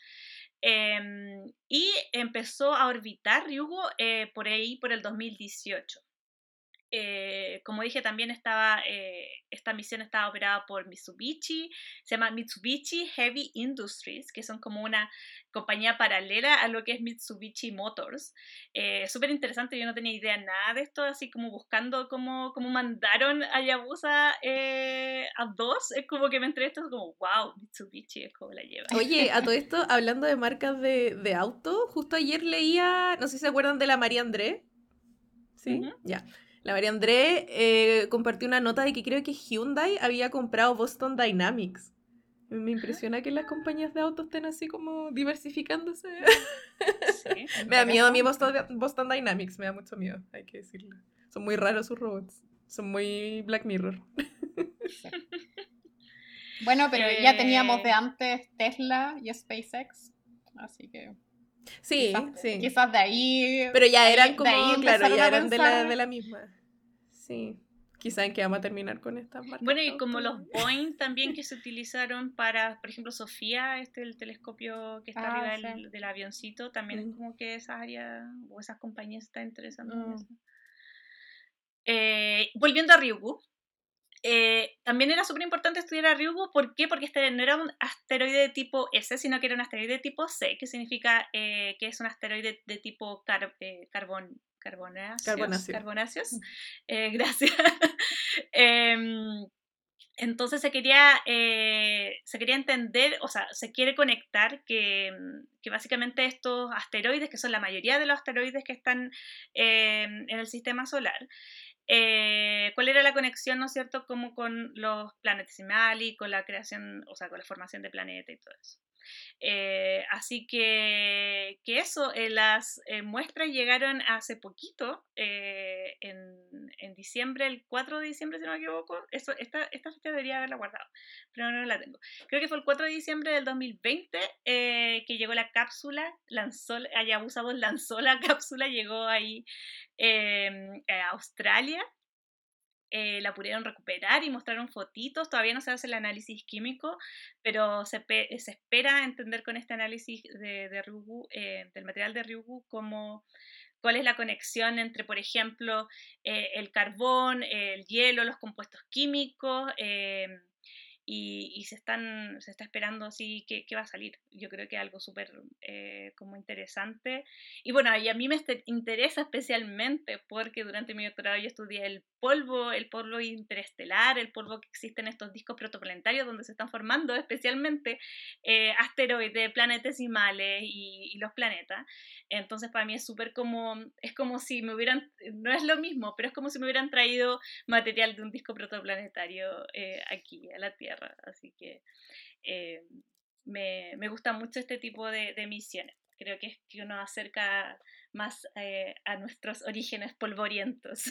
Y empezó a orbitar Ryugu por ahí, por el 2018. Como dije, también esta misión estaba operada por Mitsubishi, se llama Mitsubishi Heavy Industries, que son como una compañía paralela a lo que es Mitsubishi Motors. Súper interesante, yo no tenía idea nada de esto, así como buscando cómo mandaron a Hayabusa a 2, es como que me enteré esto, como wow, Mitsubishi es como la lleva. Oye, a todo esto, hablando de marcas de auto, justo ayer leía, no sé si se acuerdan de la María André. ¿Sí? Ya. La María André compartió una nota de que creo que Hyundai había comprado Boston Dynamics. Me impresiona que las compañías de autos estén así como diversificándose. Sí, Me da miedo a mí Boston Dynamics, me da mucho miedo, hay que decirlo. Son muy raros sus robots. Son muy Black Mirror. Sí. Bueno, pero ya teníamos de antes Tesla y SpaceX, así que... Sí, sí. Quizás de ahí... Pero ya eran como, claro, empezaron ya a eran pensar... de la misma. Sí. Quizá en que vamos a terminar con estas marcas. Bueno, y como los Boeing también que se utilizaron para, por ejemplo, Sofía, el telescopio que está arriba del avioncito, también es como que esas áreas o esas compañías están interesando en eso. Volviendo a Ryugu, también era súper importante estudiar a Ryugu. ¿Por qué? Porque este no era un asteroide de tipo S, sino que era un asteroide de tipo C, que significa que es un asteroide de tipo carbonáceos. Gracias. Entonces se quería entender, o sea, se quiere conectar que básicamente estos asteroides, que son la mayoría de los asteroides que están en el sistema solar, ¿cuál era la conexión, no es cierto?, como con los planetesimales, con la creación, o sea, con la formación de planetas y todo eso. Así que eso, las muestras llegaron hace poquito, en diciembre, el 4 de diciembre, si no me equivoco. Esta fecha debería haberla guardado, pero no la tengo. Creo que fue el 4 de diciembre del 2020 que llegó la cápsula, Hayabusa 2 lanzó la cápsula, llegó ahí a Australia. La pudieron recuperar y mostraron fotitos. Todavía no se hace el análisis químico, pero se espera entender con este análisis de Ryugu, del material de Ryugu, cuál es la conexión entre, por ejemplo, el carbón, el hielo, los compuestos químicos, y se está esperando así qué va a salir. Yo creo que es algo súper como interesante. Y bueno, y a mí me interesa especialmente porque durante mi doctorado yo estudié el polvo interestelar, el polvo que existe en estos discos protoplanetarios donde se están formando especialmente asteroides, planetesimales y los planetas. Entonces para mí es como si me hubieran, no es lo mismo, pero es como si me hubieran traído material de un disco protoplanetario aquí a la Tierra. Así que me gusta mucho este tipo de misiones. Creo que nos acerca más a nuestros orígenes polvorientos.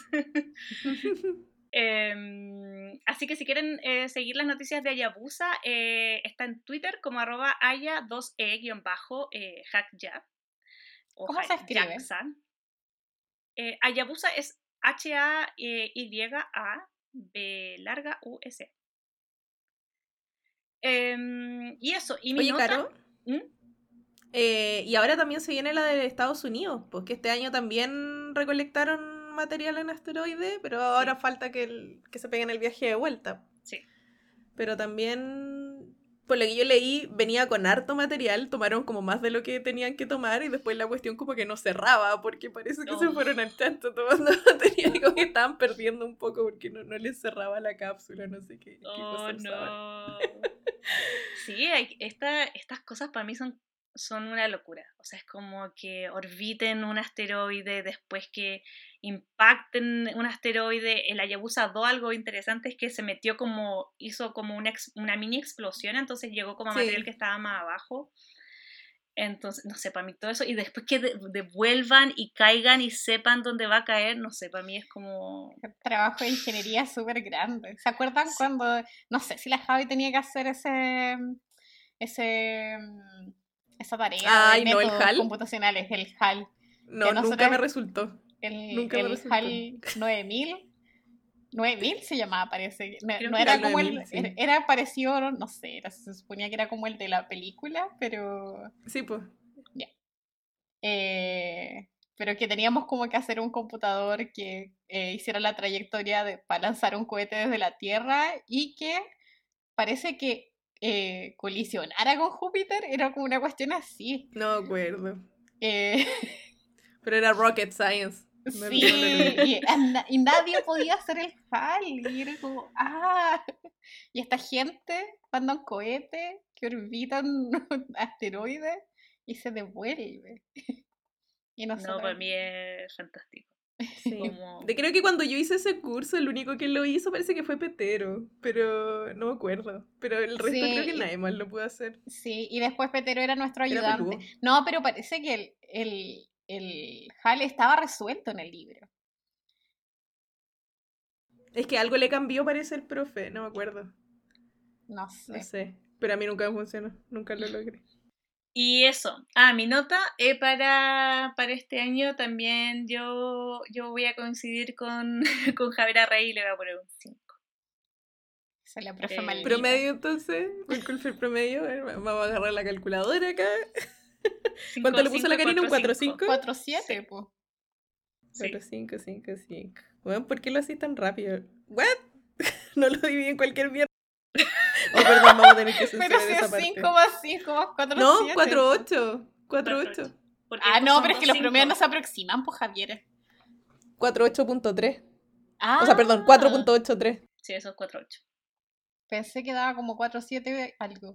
Así que si quieren seguir las noticias de Hayabusa, está en Twitter como @aya2e_hackya. ¿Cómo se escribe? Hayabusa es HAYABUS. Y eso, y mi Oye, nota... Caro, y ahora también se viene la de Estados Unidos, porque este año también recolectaron material en asteroides, pero ahora falta que se peguen el viaje de vuelta. Sí. Pero también, por lo que yo leí, venía con harto material, tomaron como más de lo que tenían que tomar y después la cuestión como que no cerraba, porque parece que se fueron al chancho tomando material y como que estaban perdiendo un poco porque no les cerraba la cápsula, no sé qué cosa usaban. Sí, estas cosas para mí son son una locura. O sea, es como que orbiten un asteroide, después que impacten un asteroide. El Hayabusa 2, algo interesante es que se metió hizo como una mini explosión, entonces llegó como a material que Sí. estaba más abajo. Entonces, no sé, para mí todo eso, y después que devuelvan y caigan y sepan dónde va a caer, no sé, para mí es como... El trabajo de ingeniería es súper grande. ¿Se acuerdan Sí. cuando, no sé, si la Javi tenía que hacer ese, esa tarea de Ay, no, el métodos HAL. computacionales, el HAL, que No, nunca nosotros, me resultó. Nunca me el resultó. HAL 9000 se llamaba, parece. No, Creo no que Era era el sí. como 9000, sí. era parecido, no sé, se suponía que era como el de la película, pero Sí, pues. ya. Eh, pero que teníamos como que hacer un computador que hiciera la trayectoria para lanzar un cohete desde la Tierra y que parece que colisionara con Júpiter, era como una cuestión así. No me acuerdo. Eh, Pero era Rocket Science. No, sí, no lo logré. y nadie podía hacer el HAL, y era como, ¡ah! Y esta gente manda un cohete que orbita un asteroide y se devuelve. Y No, nosotros, para mí es fantástico. Sí. Como... Creo que cuando yo hice ese curso, el único que lo hizo parece que fue Petero. Pero no me acuerdo. Pero el resto creo que sí, nadie más lo pudo hacer. sí, y después Petero era nuestro Era ayudante. peludo. No, pero parece que el HAL estaba resuelto en el libro. Es que algo le cambió, parece el profe. No me acuerdo. No No sé. sé. Pero a mí nunca me funcionó. Nunca lo logré. Y eso, mi nota para este año también yo voy a coincidir con, con Javier Rey y le voy a poner un 5. Esa es la profe Eh, maldita. Promedio, entonces. ¿Cuál fue el promedio? A ver, vamos a agarrar la calculadora acá. ¿Cuánto 5, le puso la 5 y Karina? ¿Un 4, 4 5. 5 4-7, Sí, pues. 4 sí. 5 5 5. Bueno, ¿por qué lo hacís tan rápido? ¿What? No lo dividí en cualquier mierda. Oh, perdón, vamos a tener que Pero censurar si esa es 5 parte. más 5 más 4, No, 7, 4 po. 8 4 4, 8. 8 Porque Ah, después no, son pero es que 2, los promedios no 5. se aproximan, pues, Javier. 4 8.3. O sea, perdón, Ah, 4.83. sí, eso es 4, 8. Pensé que daba como 4-7 algo.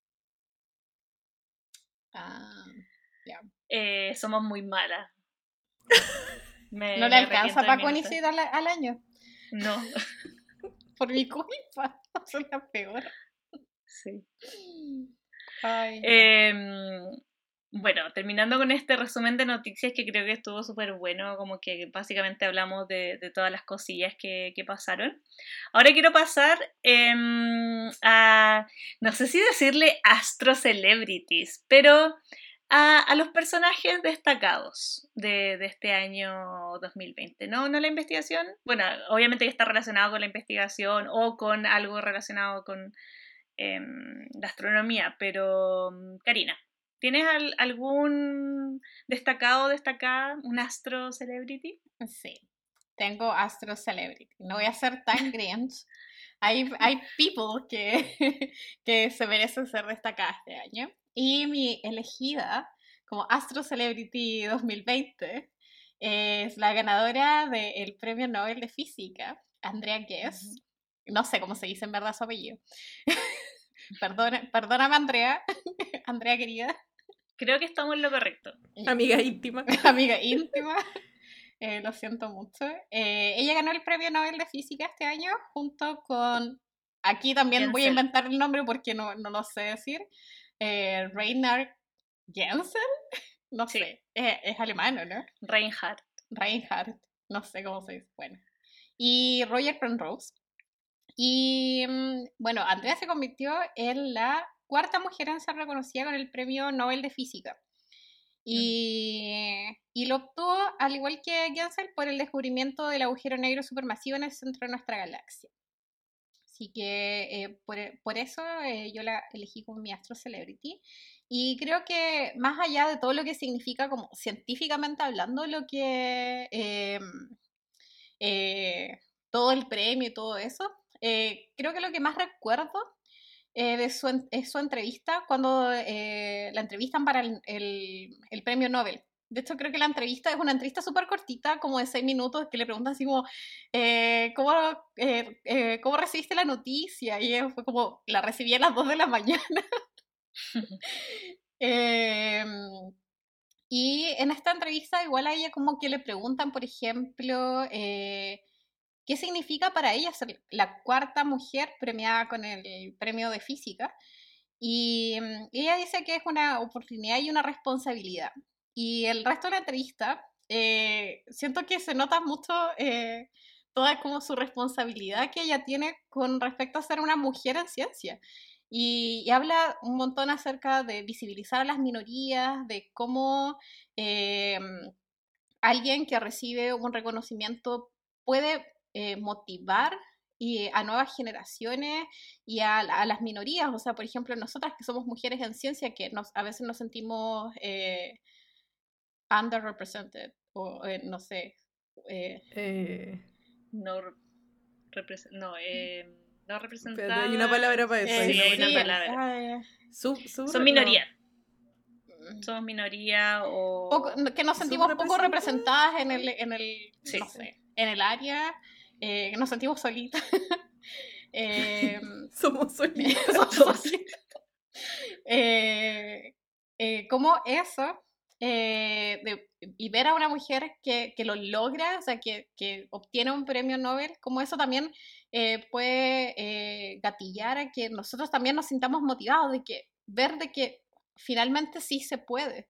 Ah, ya. Somos muy malas. No le Me alcanza arrepiento de para mi nota. coincidir al año. No, Por mi culpa. Soy la peor. sí. Ay, ya. Bueno, terminando con este resumen de noticias que creo que estuvo súper bueno, como que básicamente hablamos de todas las cosillas que pasaron. Ahora quiero pasar a, no sé si decirle astro celebrities, pero a los personajes destacados de este año 2020. No la investigación, bueno, obviamente que está relacionado con la investigación o con algo relacionado con la astronomía, pero Karina, ¿tienes algún destacado o destacada, un astro celebrity? Sí. Tengo Astro Celebrity. No voy a ser tan Grinch. Hay people que se merecen ser destacadas este año. Y mi elegida como Astro Celebrity 2020 es la ganadora del Premio Nobel de Física, Andrea Ujú. Ghez. No sé cómo se dice en verdad su apellido. Perdóname, Andrea. Andrea querida, Creo que estamos en lo correcto. Amiga íntima. amiga íntima. Lo siento mucho. Ella ganó el Premio Nobel de Física este año junto con, aquí también voy a Jensen, inventar el nombre porque no lo sé decir, Reinhard Jensen, no sí, sé, es alemán, ¿no? Reinhardt. Reinhard, no sé cómo se dice, bueno. Y Roger Penrose. Y bueno, Andrea se convirtió en la cuarta mujer en ser reconocida con el Premio Nobel de Física. Y lo obtuvo, al igual que Gensel, por el descubrimiento del agujero negro supermasivo en el centro de nuestra galaxia. Así que por eso yo la elegí como mi Astro Celebrity. Y creo que más allá de todo lo que significa como científicamente hablando, lo que todo el premio y todo eso, creo que lo que más recuerdo es su entrevista cuando la entrevistan para el premio Nobel. De hecho, creo que la entrevista es una entrevista súper cortita, como de 6 minutos, que le preguntan así como, ¿cómo recibiste la noticia? Y ella fue como, la recibí a las 2 de la mañana. Y en esta entrevista igual a ella como que le preguntan, por ejemplo, qué significa para ella ser la cuarta mujer premiada con el premio de física. Y ella dice que es una oportunidad y una responsabilidad. Y el resto de la entrevista, siento que se nota mucho toda como su responsabilidad que ella tiene con respecto a ser una mujer en ciencia. Y habla un montón acerca de visibilizar a las minorías, de cómo alguien que recibe un reconocimiento puede motivar a nuevas generaciones y a las minorías. O sea, por ejemplo, nosotras que somos mujeres en ciencia, que a veces nos sentimos underrepresented, o no sé. No, no Espérate, representada. hay una palabra para eso. Sí, hay una palabra. Son minoría. No. Somos minoría o... que nos sentimos poco representadas en el sí, no sé, en el área, que nos sentimos solitas. Somos solitas. Somos solitas. Como eso, y ver a una mujer que lo logra, o sea, que obtiene un premio Nobel, como eso también puede gatillar a que nosotros también nos sintamos motivados, de que ver de que finalmente sí se puede.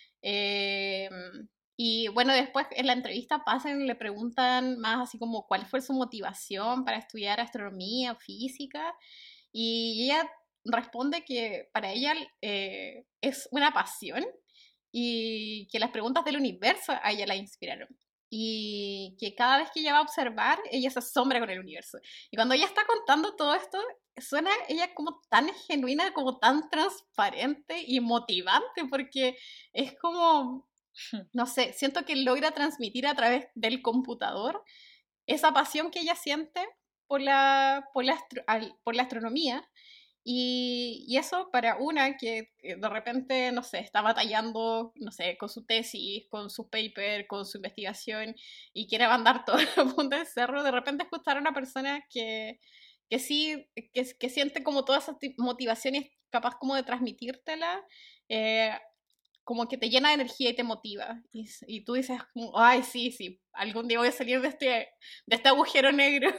Y bueno, después en la entrevista pasan y le preguntan más así como cuál fue su motivación para estudiar astronomía, física, y ella responde que para ella es una pasión y que las preguntas del universo a ella la inspiraron. Y que cada vez que ella va a observar, ella se asombra con el universo. Y cuando ella está contando todo esto, suena ella como tan genuina, como tan transparente y motivante, porque es como, no sé, siento que logra transmitir a través del computador esa pasión que ella siente por la astronomía. Y eso para una que de repente, no sé, está batallando, no sé, con su tesis, con su paper, con su investigación y quiere mandar todo a punta del cerro, de repente escuchar a una persona que sí, que siente como toda esa motivación y es capaz como de transmitírtela, como que te llena de energía y te motiva. Y tú dices, como, ay, sí, sí, algún día voy a salir de este agujero negro.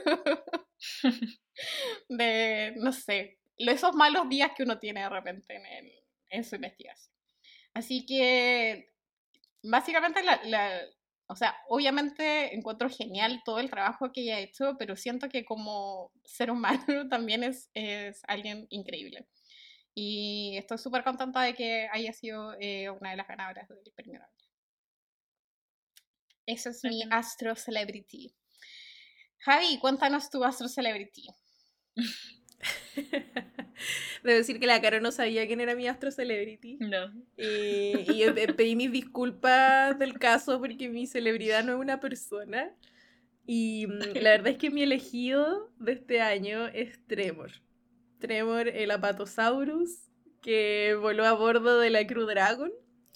De, no sé, esos malos días que uno tiene de repente en su investigación. Así que, básicamente, o sea, obviamente encuentro genial todo el trabajo que ella ha hecho, pero siento que como ser humano también es alguien increíble. Y estoy súper contenta de que haya sido una de las ganadoras del premio Nobel. Eso es mi Astro Celebrity. Javi, cuéntanos tu Astro Celebrity. Debo decir que la Caro no sabía quién era mi Astro Celebrity. No. Y yo pedí mis disculpas del caso porque mi celebridad no es una persona. Y la verdad es que mi elegido de este año es Tremor. Tremor, el Apatosaurus, que voló a bordo de la Crew Dragon,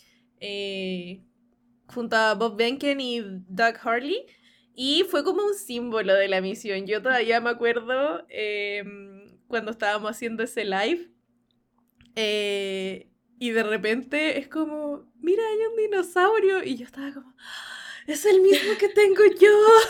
junto a Bob Behnken y Doug Hurley. Y fue como un símbolo de la misión. Yo todavía me acuerdo cuando estábamos haciendo ese live. Y de repente es como, mira, hay un dinosaurio. Y yo estaba como, es el mismo que tengo yo.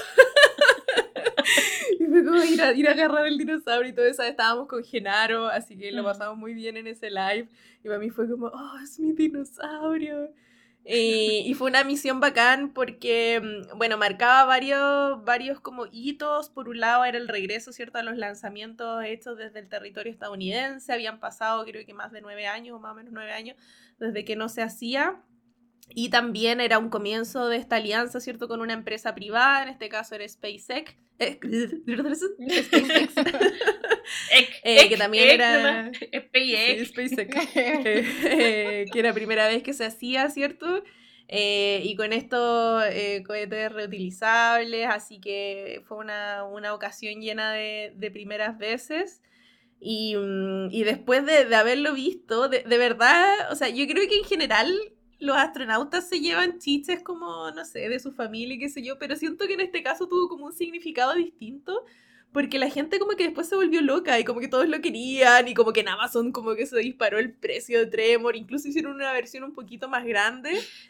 Y fue como ir a agarrar el dinosaurio y todo eso. Estábamos con Genaro, así que lo pasamos muy bien en ese live. Y para mí fue como, oh, es mi dinosaurio. Y fue una misión bacán porque, bueno, marcaba varios como hitos. Por un lado era el regreso, ¿cierto?, a los lanzamientos hechos desde el territorio estadounidense. Habían pasado creo que más de 9 años, o más o menos 9 años, desde que no se hacía. Y también era un comienzo de esta alianza, ¿cierto?, con una empresa privada, en este caso era SpaceX. SpaceX. Que también era SpaceX. Que era primera vez que se hacía, ¿cierto? Y con estos cohetes reutilizables, así que fue una ocasión llena de primeras veces. Y después de haberlo visto, de verdad, o sea, yo creo que en general los astronautas se llevan chistes como, no sé, de su familia y qué sé yo, pero siento que en este caso tuvo como un significado distinto, porque la gente como que después se volvió loca y como que todos lo querían y como que en Amazon como que se disparó el precio de Tremor, incluso hicieron una versión un poquito más grande.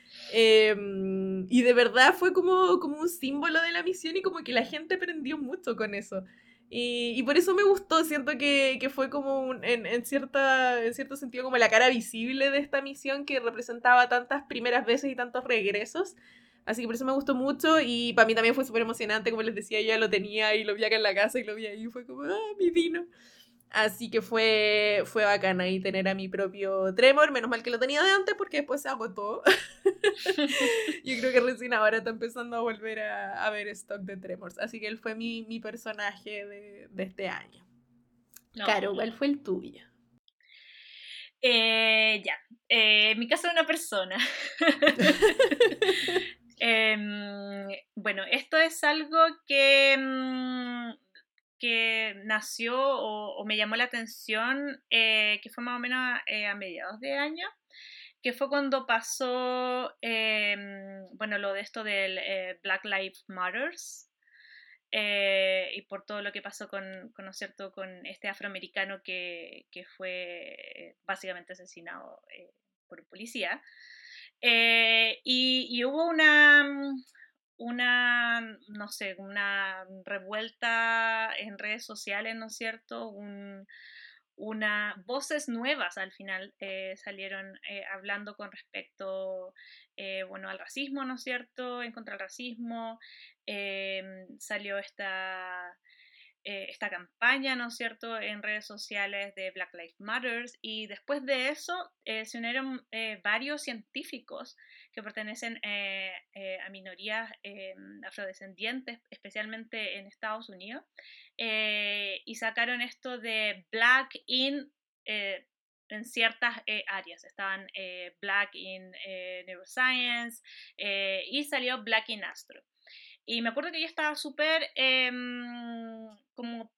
Y de verdad fue como un símbolo de la misión y como que la gente aprendió mucho con eso. Y por eso me gustó, siento que fue como en cierto sentido como la cara visible de esta misión que representaba tantas primeras veces y tantos regresos. Así que por eso me gustó mucho y para mí también fue súper emocionante, como les decía, yo ya lo tenía y lo vi acá en la casa y lo vi ahí y fue como, mi Dino. Así que fue bacán ahí tener a mi propio Tremor, menos mal que lo tenía de antes porque después se agotó. Yo creo que recién ahora está empezando a volver a ver stock de Tremors, así que él fue mi personaje de este año. No. Caro, ¿cuál fue el tuyo? Ya, en mi caso de una persona. Bueno, esto es algo que nació o me llamó la atención, que fue más o menos a mediados de año, que fue cuando pasó, bueno, lo de esto del Black Lives Matters. Y por todo lo que pasó ¿no es cierto?, con este afroamericano que fue básicamente asesinado por un policía. Y hubo no sé, una revuelta en redes sociales, ¿no es cierto? Voces nuevas al final salieron hablando con respecto bueno, al racismo, ¿no es cierto?, en contra del racismo. Salió esta campaña, ¿no es cierto?, en redes sociales de Black Lives Matter, y después de eso se unieron varios científicos que pertenecen a minorías afrodescendientes, especialmente en Estados Unidos, y sacaron esto de Black in en ciertas áreas. Estaban Black in Neuroscience y salió Black in Astro. Y me acuerdo que yo estaba súper como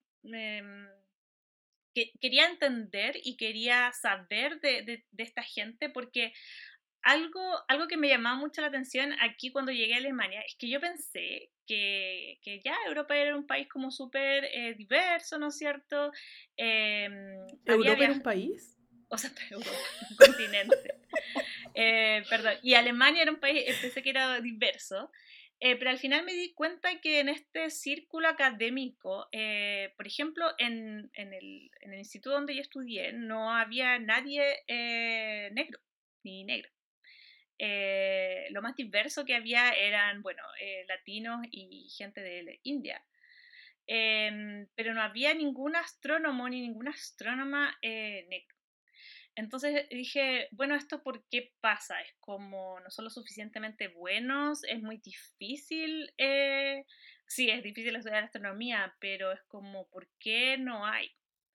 quería entender y quería saber de esta gente, porque algo que me llamaba mucho la atención aquí cuando llegué a Alemania es que yo pensé que ya Europa era un país como súper diverso, ¿no es cierto? ¿Europa era un país? O sea, Europa, un continente. Perdón, y Alemania era un país, pensé que era diverso, pero al final me di cuenta que en este círculo académico, por ejemplo, en el instituto donde yo estudié, no había nadie negro, ni negro. Lo más diverso que había eran, bueno, latinos y gente de la India. Pero no había ningún astrónomo ni ninguna astrónoma negro. Entonces dije, bueno, ¿esto por qué pasa? Es como no son lo suficientemente buenos, es muy difícil. Sí, es difícil estudiar astronomía, pero es como, ¿por qué no hay?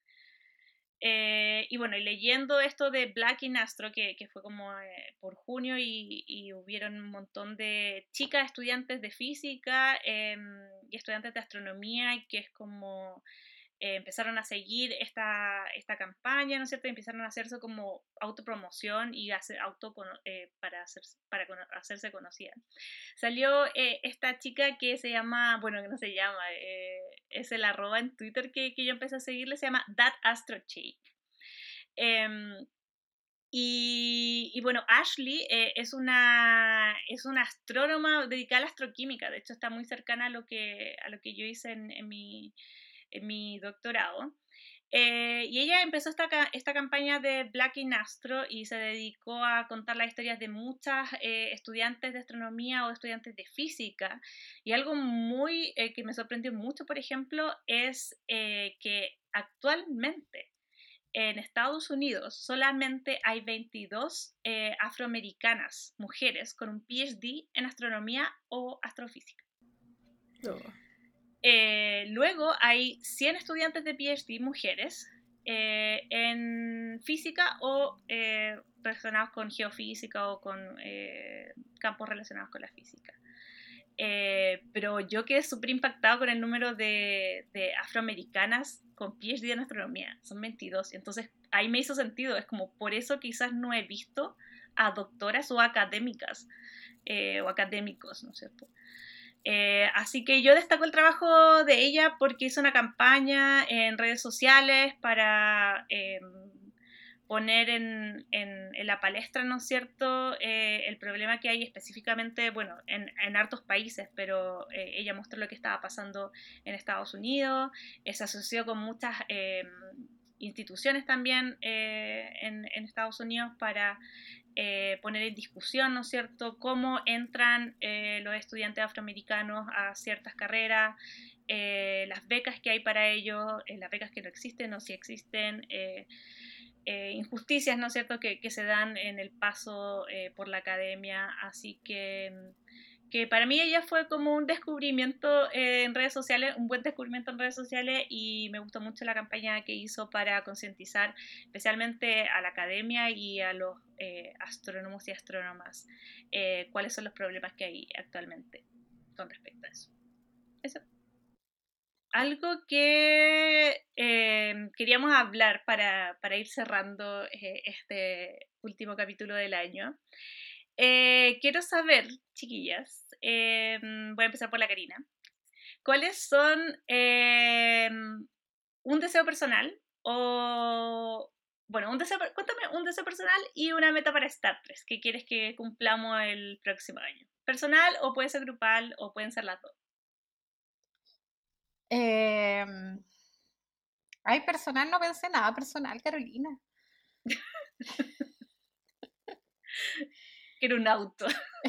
Y bueno, y leyendo esto de Black in Astro, que fue como por junio, y hubieron un montón de chicas estudiantes de física y estudiantes de astronomía, que es como empezaron a seguir esta campaña, ¿no es cierto? Y empezaron a hacerse como autopromoción y hacer para hacerse conocida. Salió esta chica que se llama, bueno, que no se llama, es el arroba en Twitter que yo empecé a seguirle, se llama That Astro Chick. Y bueno, Ashley es una astrónoma dedicada a la astroquímica. De hecho, está muy cercana a lo que yo hice en mi doctorado. Y ella empezó esta campaña de Black in Astro y se dedicó a contar las historias de muchas estudiantes de astronomía o estudiantes de física. Y algo muy que me sorprendió mucho, por ejemplo, es que actualmente en Estados Unidos solamente hay 22 afroamericanas, mujeres, con un PhD en astronomía o astrofísica. No. Luego hay 100 estudiantes de PhD, mujeres, en física o relacionados con geofísica o con campos relacionados con la física. Pero yo quedé súper impactado con el número de afroamericanas con PhD en astronomía. Son 22. Entonces ahí me hizo sentido. Es como por eso quizás no he visto a doctoras o académicas o académicos, ¿no es cierto? Así que yo destaco el trabajo de ella porque hizo una campaña en redes sociales para poner en la palestra, ¿no es cierto?, el problema que hay específicamente, bueno, en hartos países, pero ella mostró lo que estaba pasando en Estados Unidos, se asoció con muchas instituciones también en Estados Unidos para poner en discusión, ¿no es cierto?, cómo entran los estudiantes afroamericanos a ciertas carreras, las becas que hay para ellos, las becas que no existen o si existen, injusticias, ¿no es cierto?, que se dan en el paso por la academia. Así que para mí ella fue como un descubrimiento en redes sociales, un buen descubrimiento en redes sociales, y me gustó mucho la campaña que hizo para concientizar especialmente a la academia y a los astrónomos y astrónomas cuáles son los problemas que hay actualmente con respecto a eso. Eso. Algo que queríamos hablar para ir cerrando este último capítulo del año. Quiero saber, chiquillas, voy a empezar por la Karina. ¿Cuáles son un deseo personal o... Bueno, cuéntame un deseo personal y una meta para Star Trek que quieres que cumplamos el próximo año? ¿Personal o puede ser grupal o pueden ser las dos? Ay, personal, no pensé nada personal, Carolina. Quiero un auto.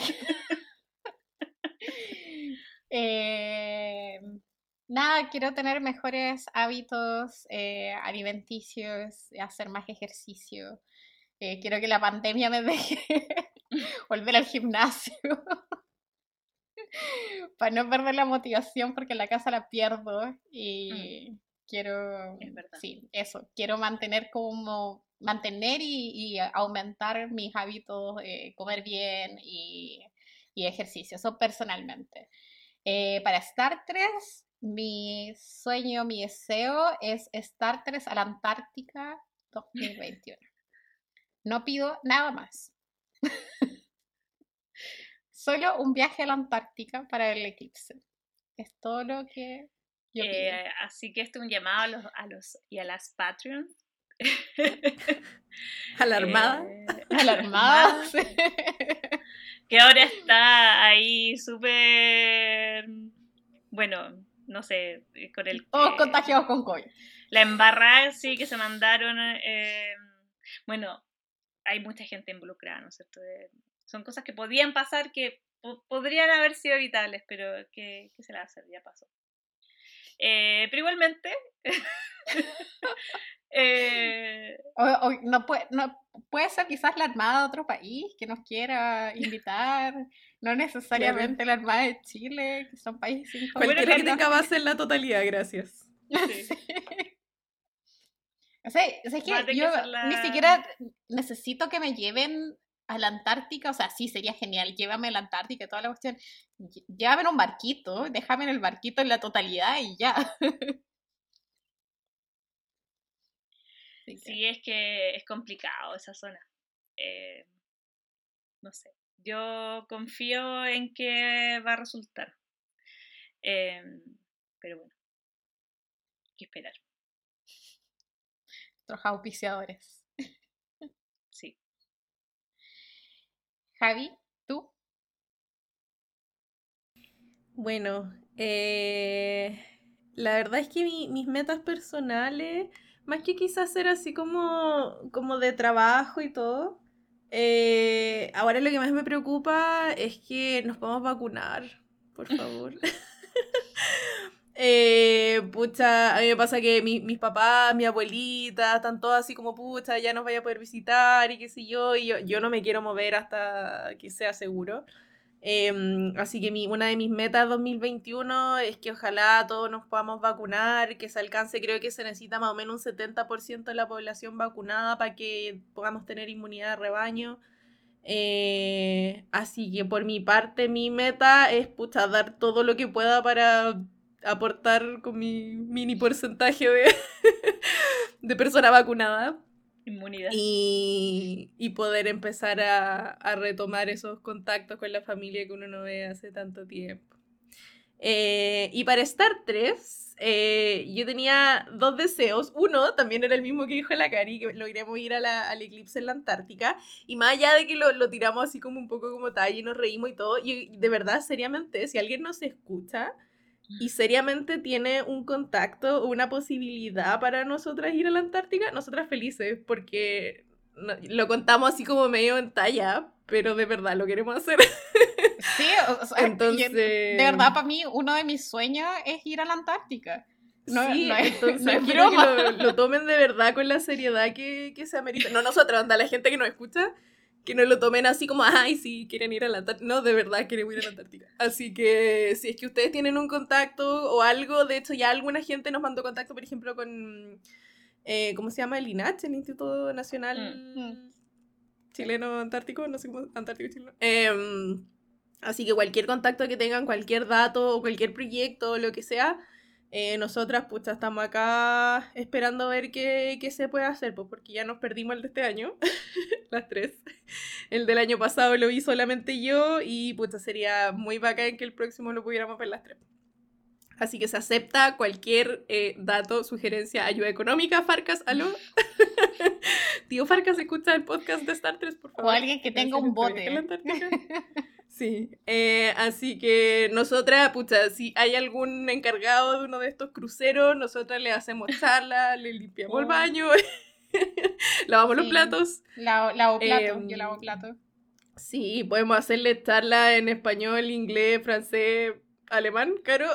Nada, quiero tener mejores hábitos alimenticios, hacer más ejercicio. Quiero que la pandemia me deje volver al gimnasio para no perder la motivación porque en la casa la pierdo y quiero, sí, eso, quiero mantener y aumentar mis hábitos, comer bien y ejercicio, eso personalmente. Para Star Trek, mi sueño, mi deseo es Star Trek a la Antártica 2021. No pido nada más. Solo un viaje a la Antártica para el eclipse. Es todo lo que yo pido. Así que este es un llamado a los y a las Patreons. ¿A la Armada? A la Armada. Que ahora está ahí súper... Bueno, no sé, con el... Todos contagiados con COVID. La embarrada, sí, que se mandaron... bueno, hay mucha gente involucrada, ¿no es cierto? Son cosas que podían pasar, que podrían haber sido evitables, pero que se la va a hacer, ya pasó. Pero igualmente... no puede ser quizás la Armada de otro país que nos quiera invitar, no necesariamente la Armada de Chile, que son países sin cualquiera que tenga base en la totalidad, gracias. Sí. O sea, es que yo ni siquiera necesito que me lleven a la Antártica, o sea, sí, sería genial, llévame a la Antártica y toda la cuestión, llévame en un barquito, déjame en el barquito en la totalidad y ya. Sí, es que es complicado esa zona. No sé. Yo confío en que va a resultar. Pero bueno, hay que esperar. Otros auspiciadores. Sí. Javi, ¿tú? Bueno, la verdad es que mis metas personales, más que quizás ser así como de trabajo y todo, ahora lo que más me preocupa es que nos podamos vacunar, por favor. Pucha, a mí me pasa que mis papás, mi abuelita, están todos así como, pucha, ya nos vaya a poder visitar y qué sé yo, y yo no me quiero mover hasta que sea seguro. Así que una de mis metas 2021 es que ojalá todos nos podamos vacunar, que se alcance, creo que se necesita más o menos un 70% de la población vacunada para que podamos tener inmunidad de rebaño. Así que por mi parte mi meta es dar todo lo que pueda para aportar con mi mini porcentaje de persona vacunada. Inmunidad. Y poder empezar a retomar esos contactos con la familia que uno no ve hace tanto tiempo. Y para Star 3, yo tenía 2 deseos. Uno también era el mismo que dijo la Cari, que logremos ir al eclipse en la Antártica. Y más allá de que lo tiramos así como un poco como talla y nos reímos y todo, y de verdad, seriamente, si alguien nos escucha y seriamente tiene un contacto o una posibilidad para nosotras ir a la Antártica, nosotras felices, porque lo contamos así como medio en talla, pero de verdad lo queremos hacer. Sí, o sea, Entonces, de verdad, para mí, uno de mis sueños es ir a la Antártica. No, sí, no es, entonces no es quiero que broma. lo tomen de verdad con la seriedad que se amerita. No nosotros, anda, la gente que nos escucha, que no lo tomen así como, ay, sí, quieren ir a la Antártica. No, de verdad queremos ir a la Antártica. Así que si es que ustedes tienen un contacto o algo, de hecho ya alguna gente nos mandó contacto, por ejemplo, con, ¿cómo se llama? El INACH, el Instituto Nacional Chileno Antártico, no sé cómo, Antártico Chileno. Así que cualquier contacto que tengan, cualquier dato o cualquier proyecto o lo que sea, nosotras pues estamos acá esperando ver qué se puede hacer, pues porque ya nos perdimos el de este año, las 3. El del año pasado lo vi solamente yo y pues sería muy bacán que el próximo lo pudiéramos ver las 3. Así que se acepta cualquier dato, sugerencia, ayuda económica. Farcas, ¿aló? Tío Farcas, escucha el podcast de Star 3, por favor. O alguien que tenga un bote. Sí, así que nosotras, pucha, si hay algún encargado de uno de estos cruceros, nosotras le hacemos charla, le limpiamos el baño, lavamos los platos. Lavo plato, yo lavo plato. Sí, podemos hacerle charla en español, inglés, francés, alemán, Caro.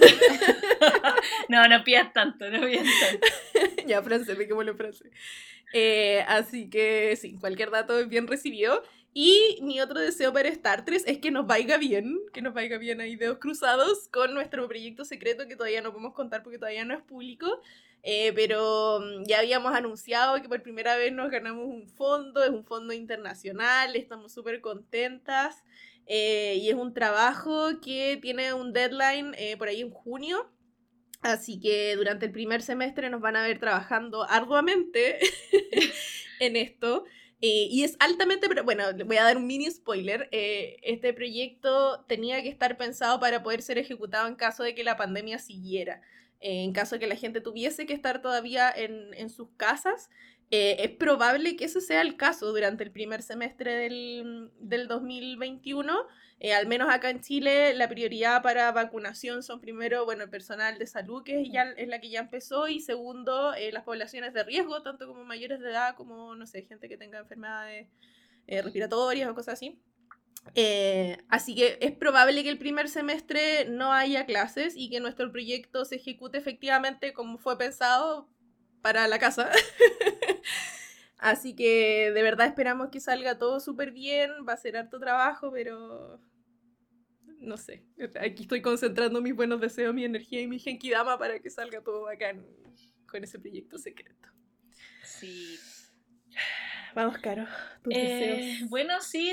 No pidas tanto. Ya, francés, dejémoslo en francés. Así que sí, cualquier dato es bien recibido. Y mi otro deseo para Star 3 es que nos vaya bien ahí dedos cruzados con nuestro proyecto secreto que todavía no podemos contar porque todavía no es público. Pero ya habíamos anunciado que por primera vez nos ganamos un fondo, es un fondo internacional, estamos súper contentas. Y es un trabajo que tiene un deadline por ahí en junio. Así que durante el primer semestre nos van a ver trabajando arduamente en esto. Y es altamente, pero bueno, les voy a dar un mini spoiler. Este proyecto tenía que estar pensado para poder ser ejecutado en caso de que la pandemia siguiera. En caso de que la gente tuviese que estar todavía en sus casas. Es probable que ese sea el caso durante el primer semestre del 2021. Al menos acá en Chile, la prioridad para vacunación son primero, bueno, el personal de salud, que ya es la que ya empezó, y segundo, las poblaciones de riesgo, tanto como mayores de edad, como, no sé, gente que tenga enfermedades respiratorias o cosas así. Así que es probable que el primer semestre no haya clases y que nuestro proyecto se ejecute efectivamente como fue pensado para la casa. Así que de verdad esperamos que salga todo súper bien, va a ser harto trabajo, pero no sé, aquí estoy concentrando mis buenos deseos, mi energía y mi genkidama para que salga todo bacán con ese proyecto secreto. Sí. Vamos, Caro, tus deseos. Bueno, sí.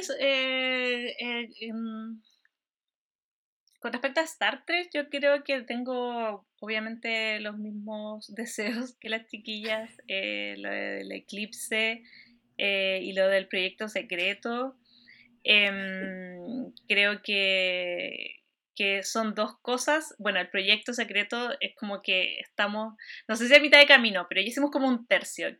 Con respecto a Star Trek, yo creo que tengo obviamente los mismos deseos que las chiquillas, lo del eclipse y lo del proyecto secreto. Creo que son dos cosas. Bueno, el proyecto secreto es como que estamos, no sé si a mitad de camino, pero ya hicimos como un tercio,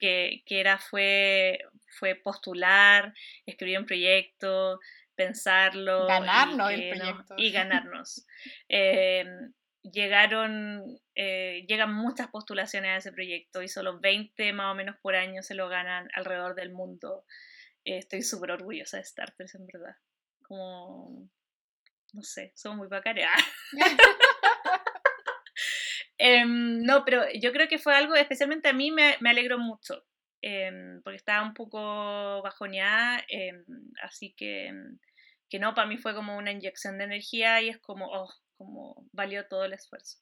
fue postular, escribir un proyecto, pensarlo Ganarnos el proyecto. y ganarnos. Llegan muchas postulaciones a ese proyecto y solo 20 más o menos por año se lo ganan alrededor del mundo. Estoy súper orgullosa de Star Trek, en verdad. Como, no sé, somos muy bacanes. No, pero yo creo que fue algo, especialmente a mí me alegró mucho, porque estaba un poco bajoneada, así que no, para mí fue como una inyección de energía y es como, oh, como valió todo el esfuerzo.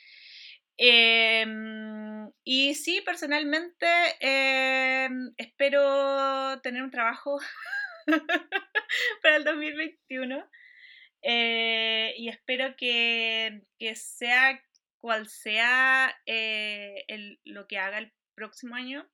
Y sí, personalmente espero tener un trabajo para el 2021 y espero que sea cual sea lo que haga el próximo año,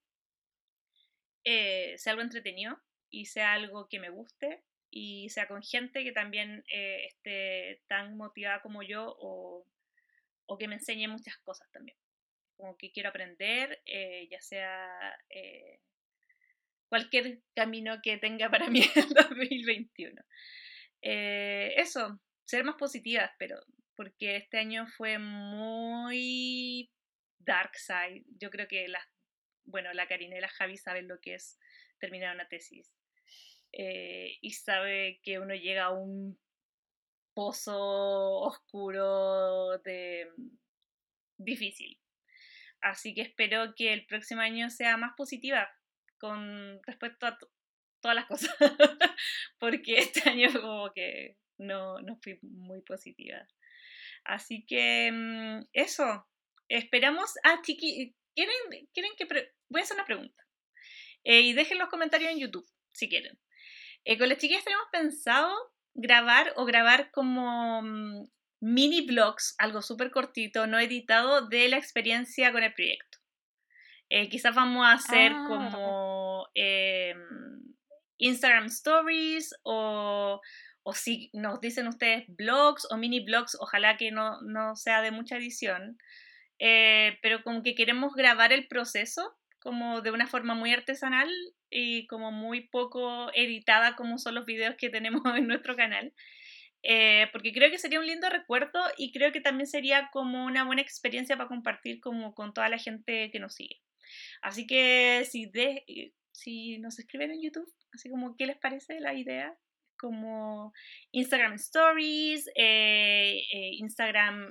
sea algo entretenido y sea algo que me guste y sea con gente que también esté tan motivada como yo o que me enseñe muchas cosas también. Como que quiero aprender, ya sea cualquier camino que tenga para mí en 2021. Eso, ser más positiva, pero porque este año fue muy dark side. Yo creo que la Karina y la Javi saben lo que es terminar una tesis. Y sabe que uno llega a un pozo oscuro difícil. Así que espero que el próximo año sea más positiva con respecto a todas las cosas. Porque este año como que no fui muy positiva. Así que eso. Esperamos a Chiqui. ¿Quieren que voy a hacer una pregunta? Y dejen los comentarios en YouTube, si quieren. Con las chiquillas tenemos pensado grabar como mini vlogs, algo súper cortito, no editado, de la experiencia con el proyecto. Quizás vamos a hacer como Instagram Stories o si nos dicen ustedes vlogs o mini vlogs, ojalá que no sea de mucha edición, pero como que queremos grabar el proceso como de una forma muy artesanal y como muy poco editada como son los videos que tenemos en nuestro canal. Porque creo que sería un lindo recuerdo y creo que también sería como una buena experiencia para compartir como con toda la gente que nos sigue. Así que si nos escriben en YouTube, así como qué les parece la idea, como Instagram Stories, Instagram,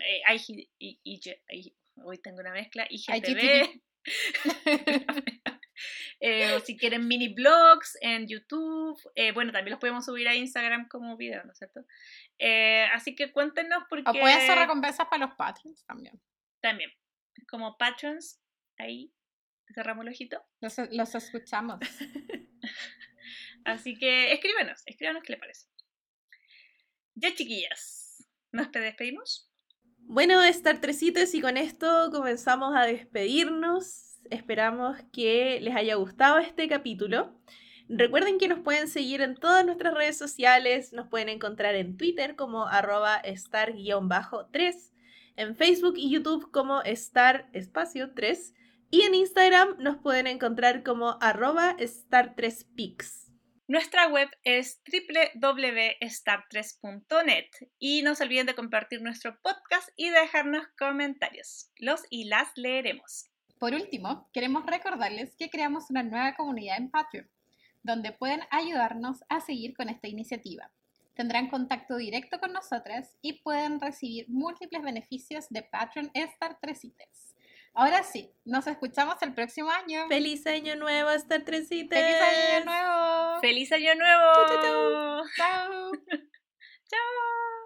hoy tengo una mezcla, IGTV, o si quieren mini blogs en YouTube, bueno, también los podemos subir a Instagram como video, ¿no es cierto? Así que cuéntenos porque... O puede ser recompensas para los patrons también. También, como patrons, ahí cerramos el ojito. Los escuchamos. Así que escríbanos qué les parece. Ya, chiquillas, ¿nos despedimos? Bueno, Star Tresites, y con esto comenzamos a despedirnos. Esperamos que les haya gustado este capítulo. Recuerden que nos pueden seguir en todas nuestras redes sociales. Nos pueden encontrar en Twitter como @star_3, en Facebook y YouTube como star_3, y en Instagram nos pueden encontrar como @star3pics. Nuestra web es www.star3.net y no se olviden de compartir nuestro podcast y dejarnos comentarios. Los y las leeremos. Por último, queremos recordarles que creamos una nueva comunidad en Patreon, donde pueden ayudarnos a seguir con esta iniciativa. Tendrán contacto directo con nosotras y pueden recibir múltiples beneficios de Patreon Star Tresites. Ahora sí, nos escuchamos el próximo año. ¡Feliz Año Nuevo, Star Tresites! ¡Feliz Año Nuevo! ¡Feliz Año Nuevo! ¡Chao! ¡Chao!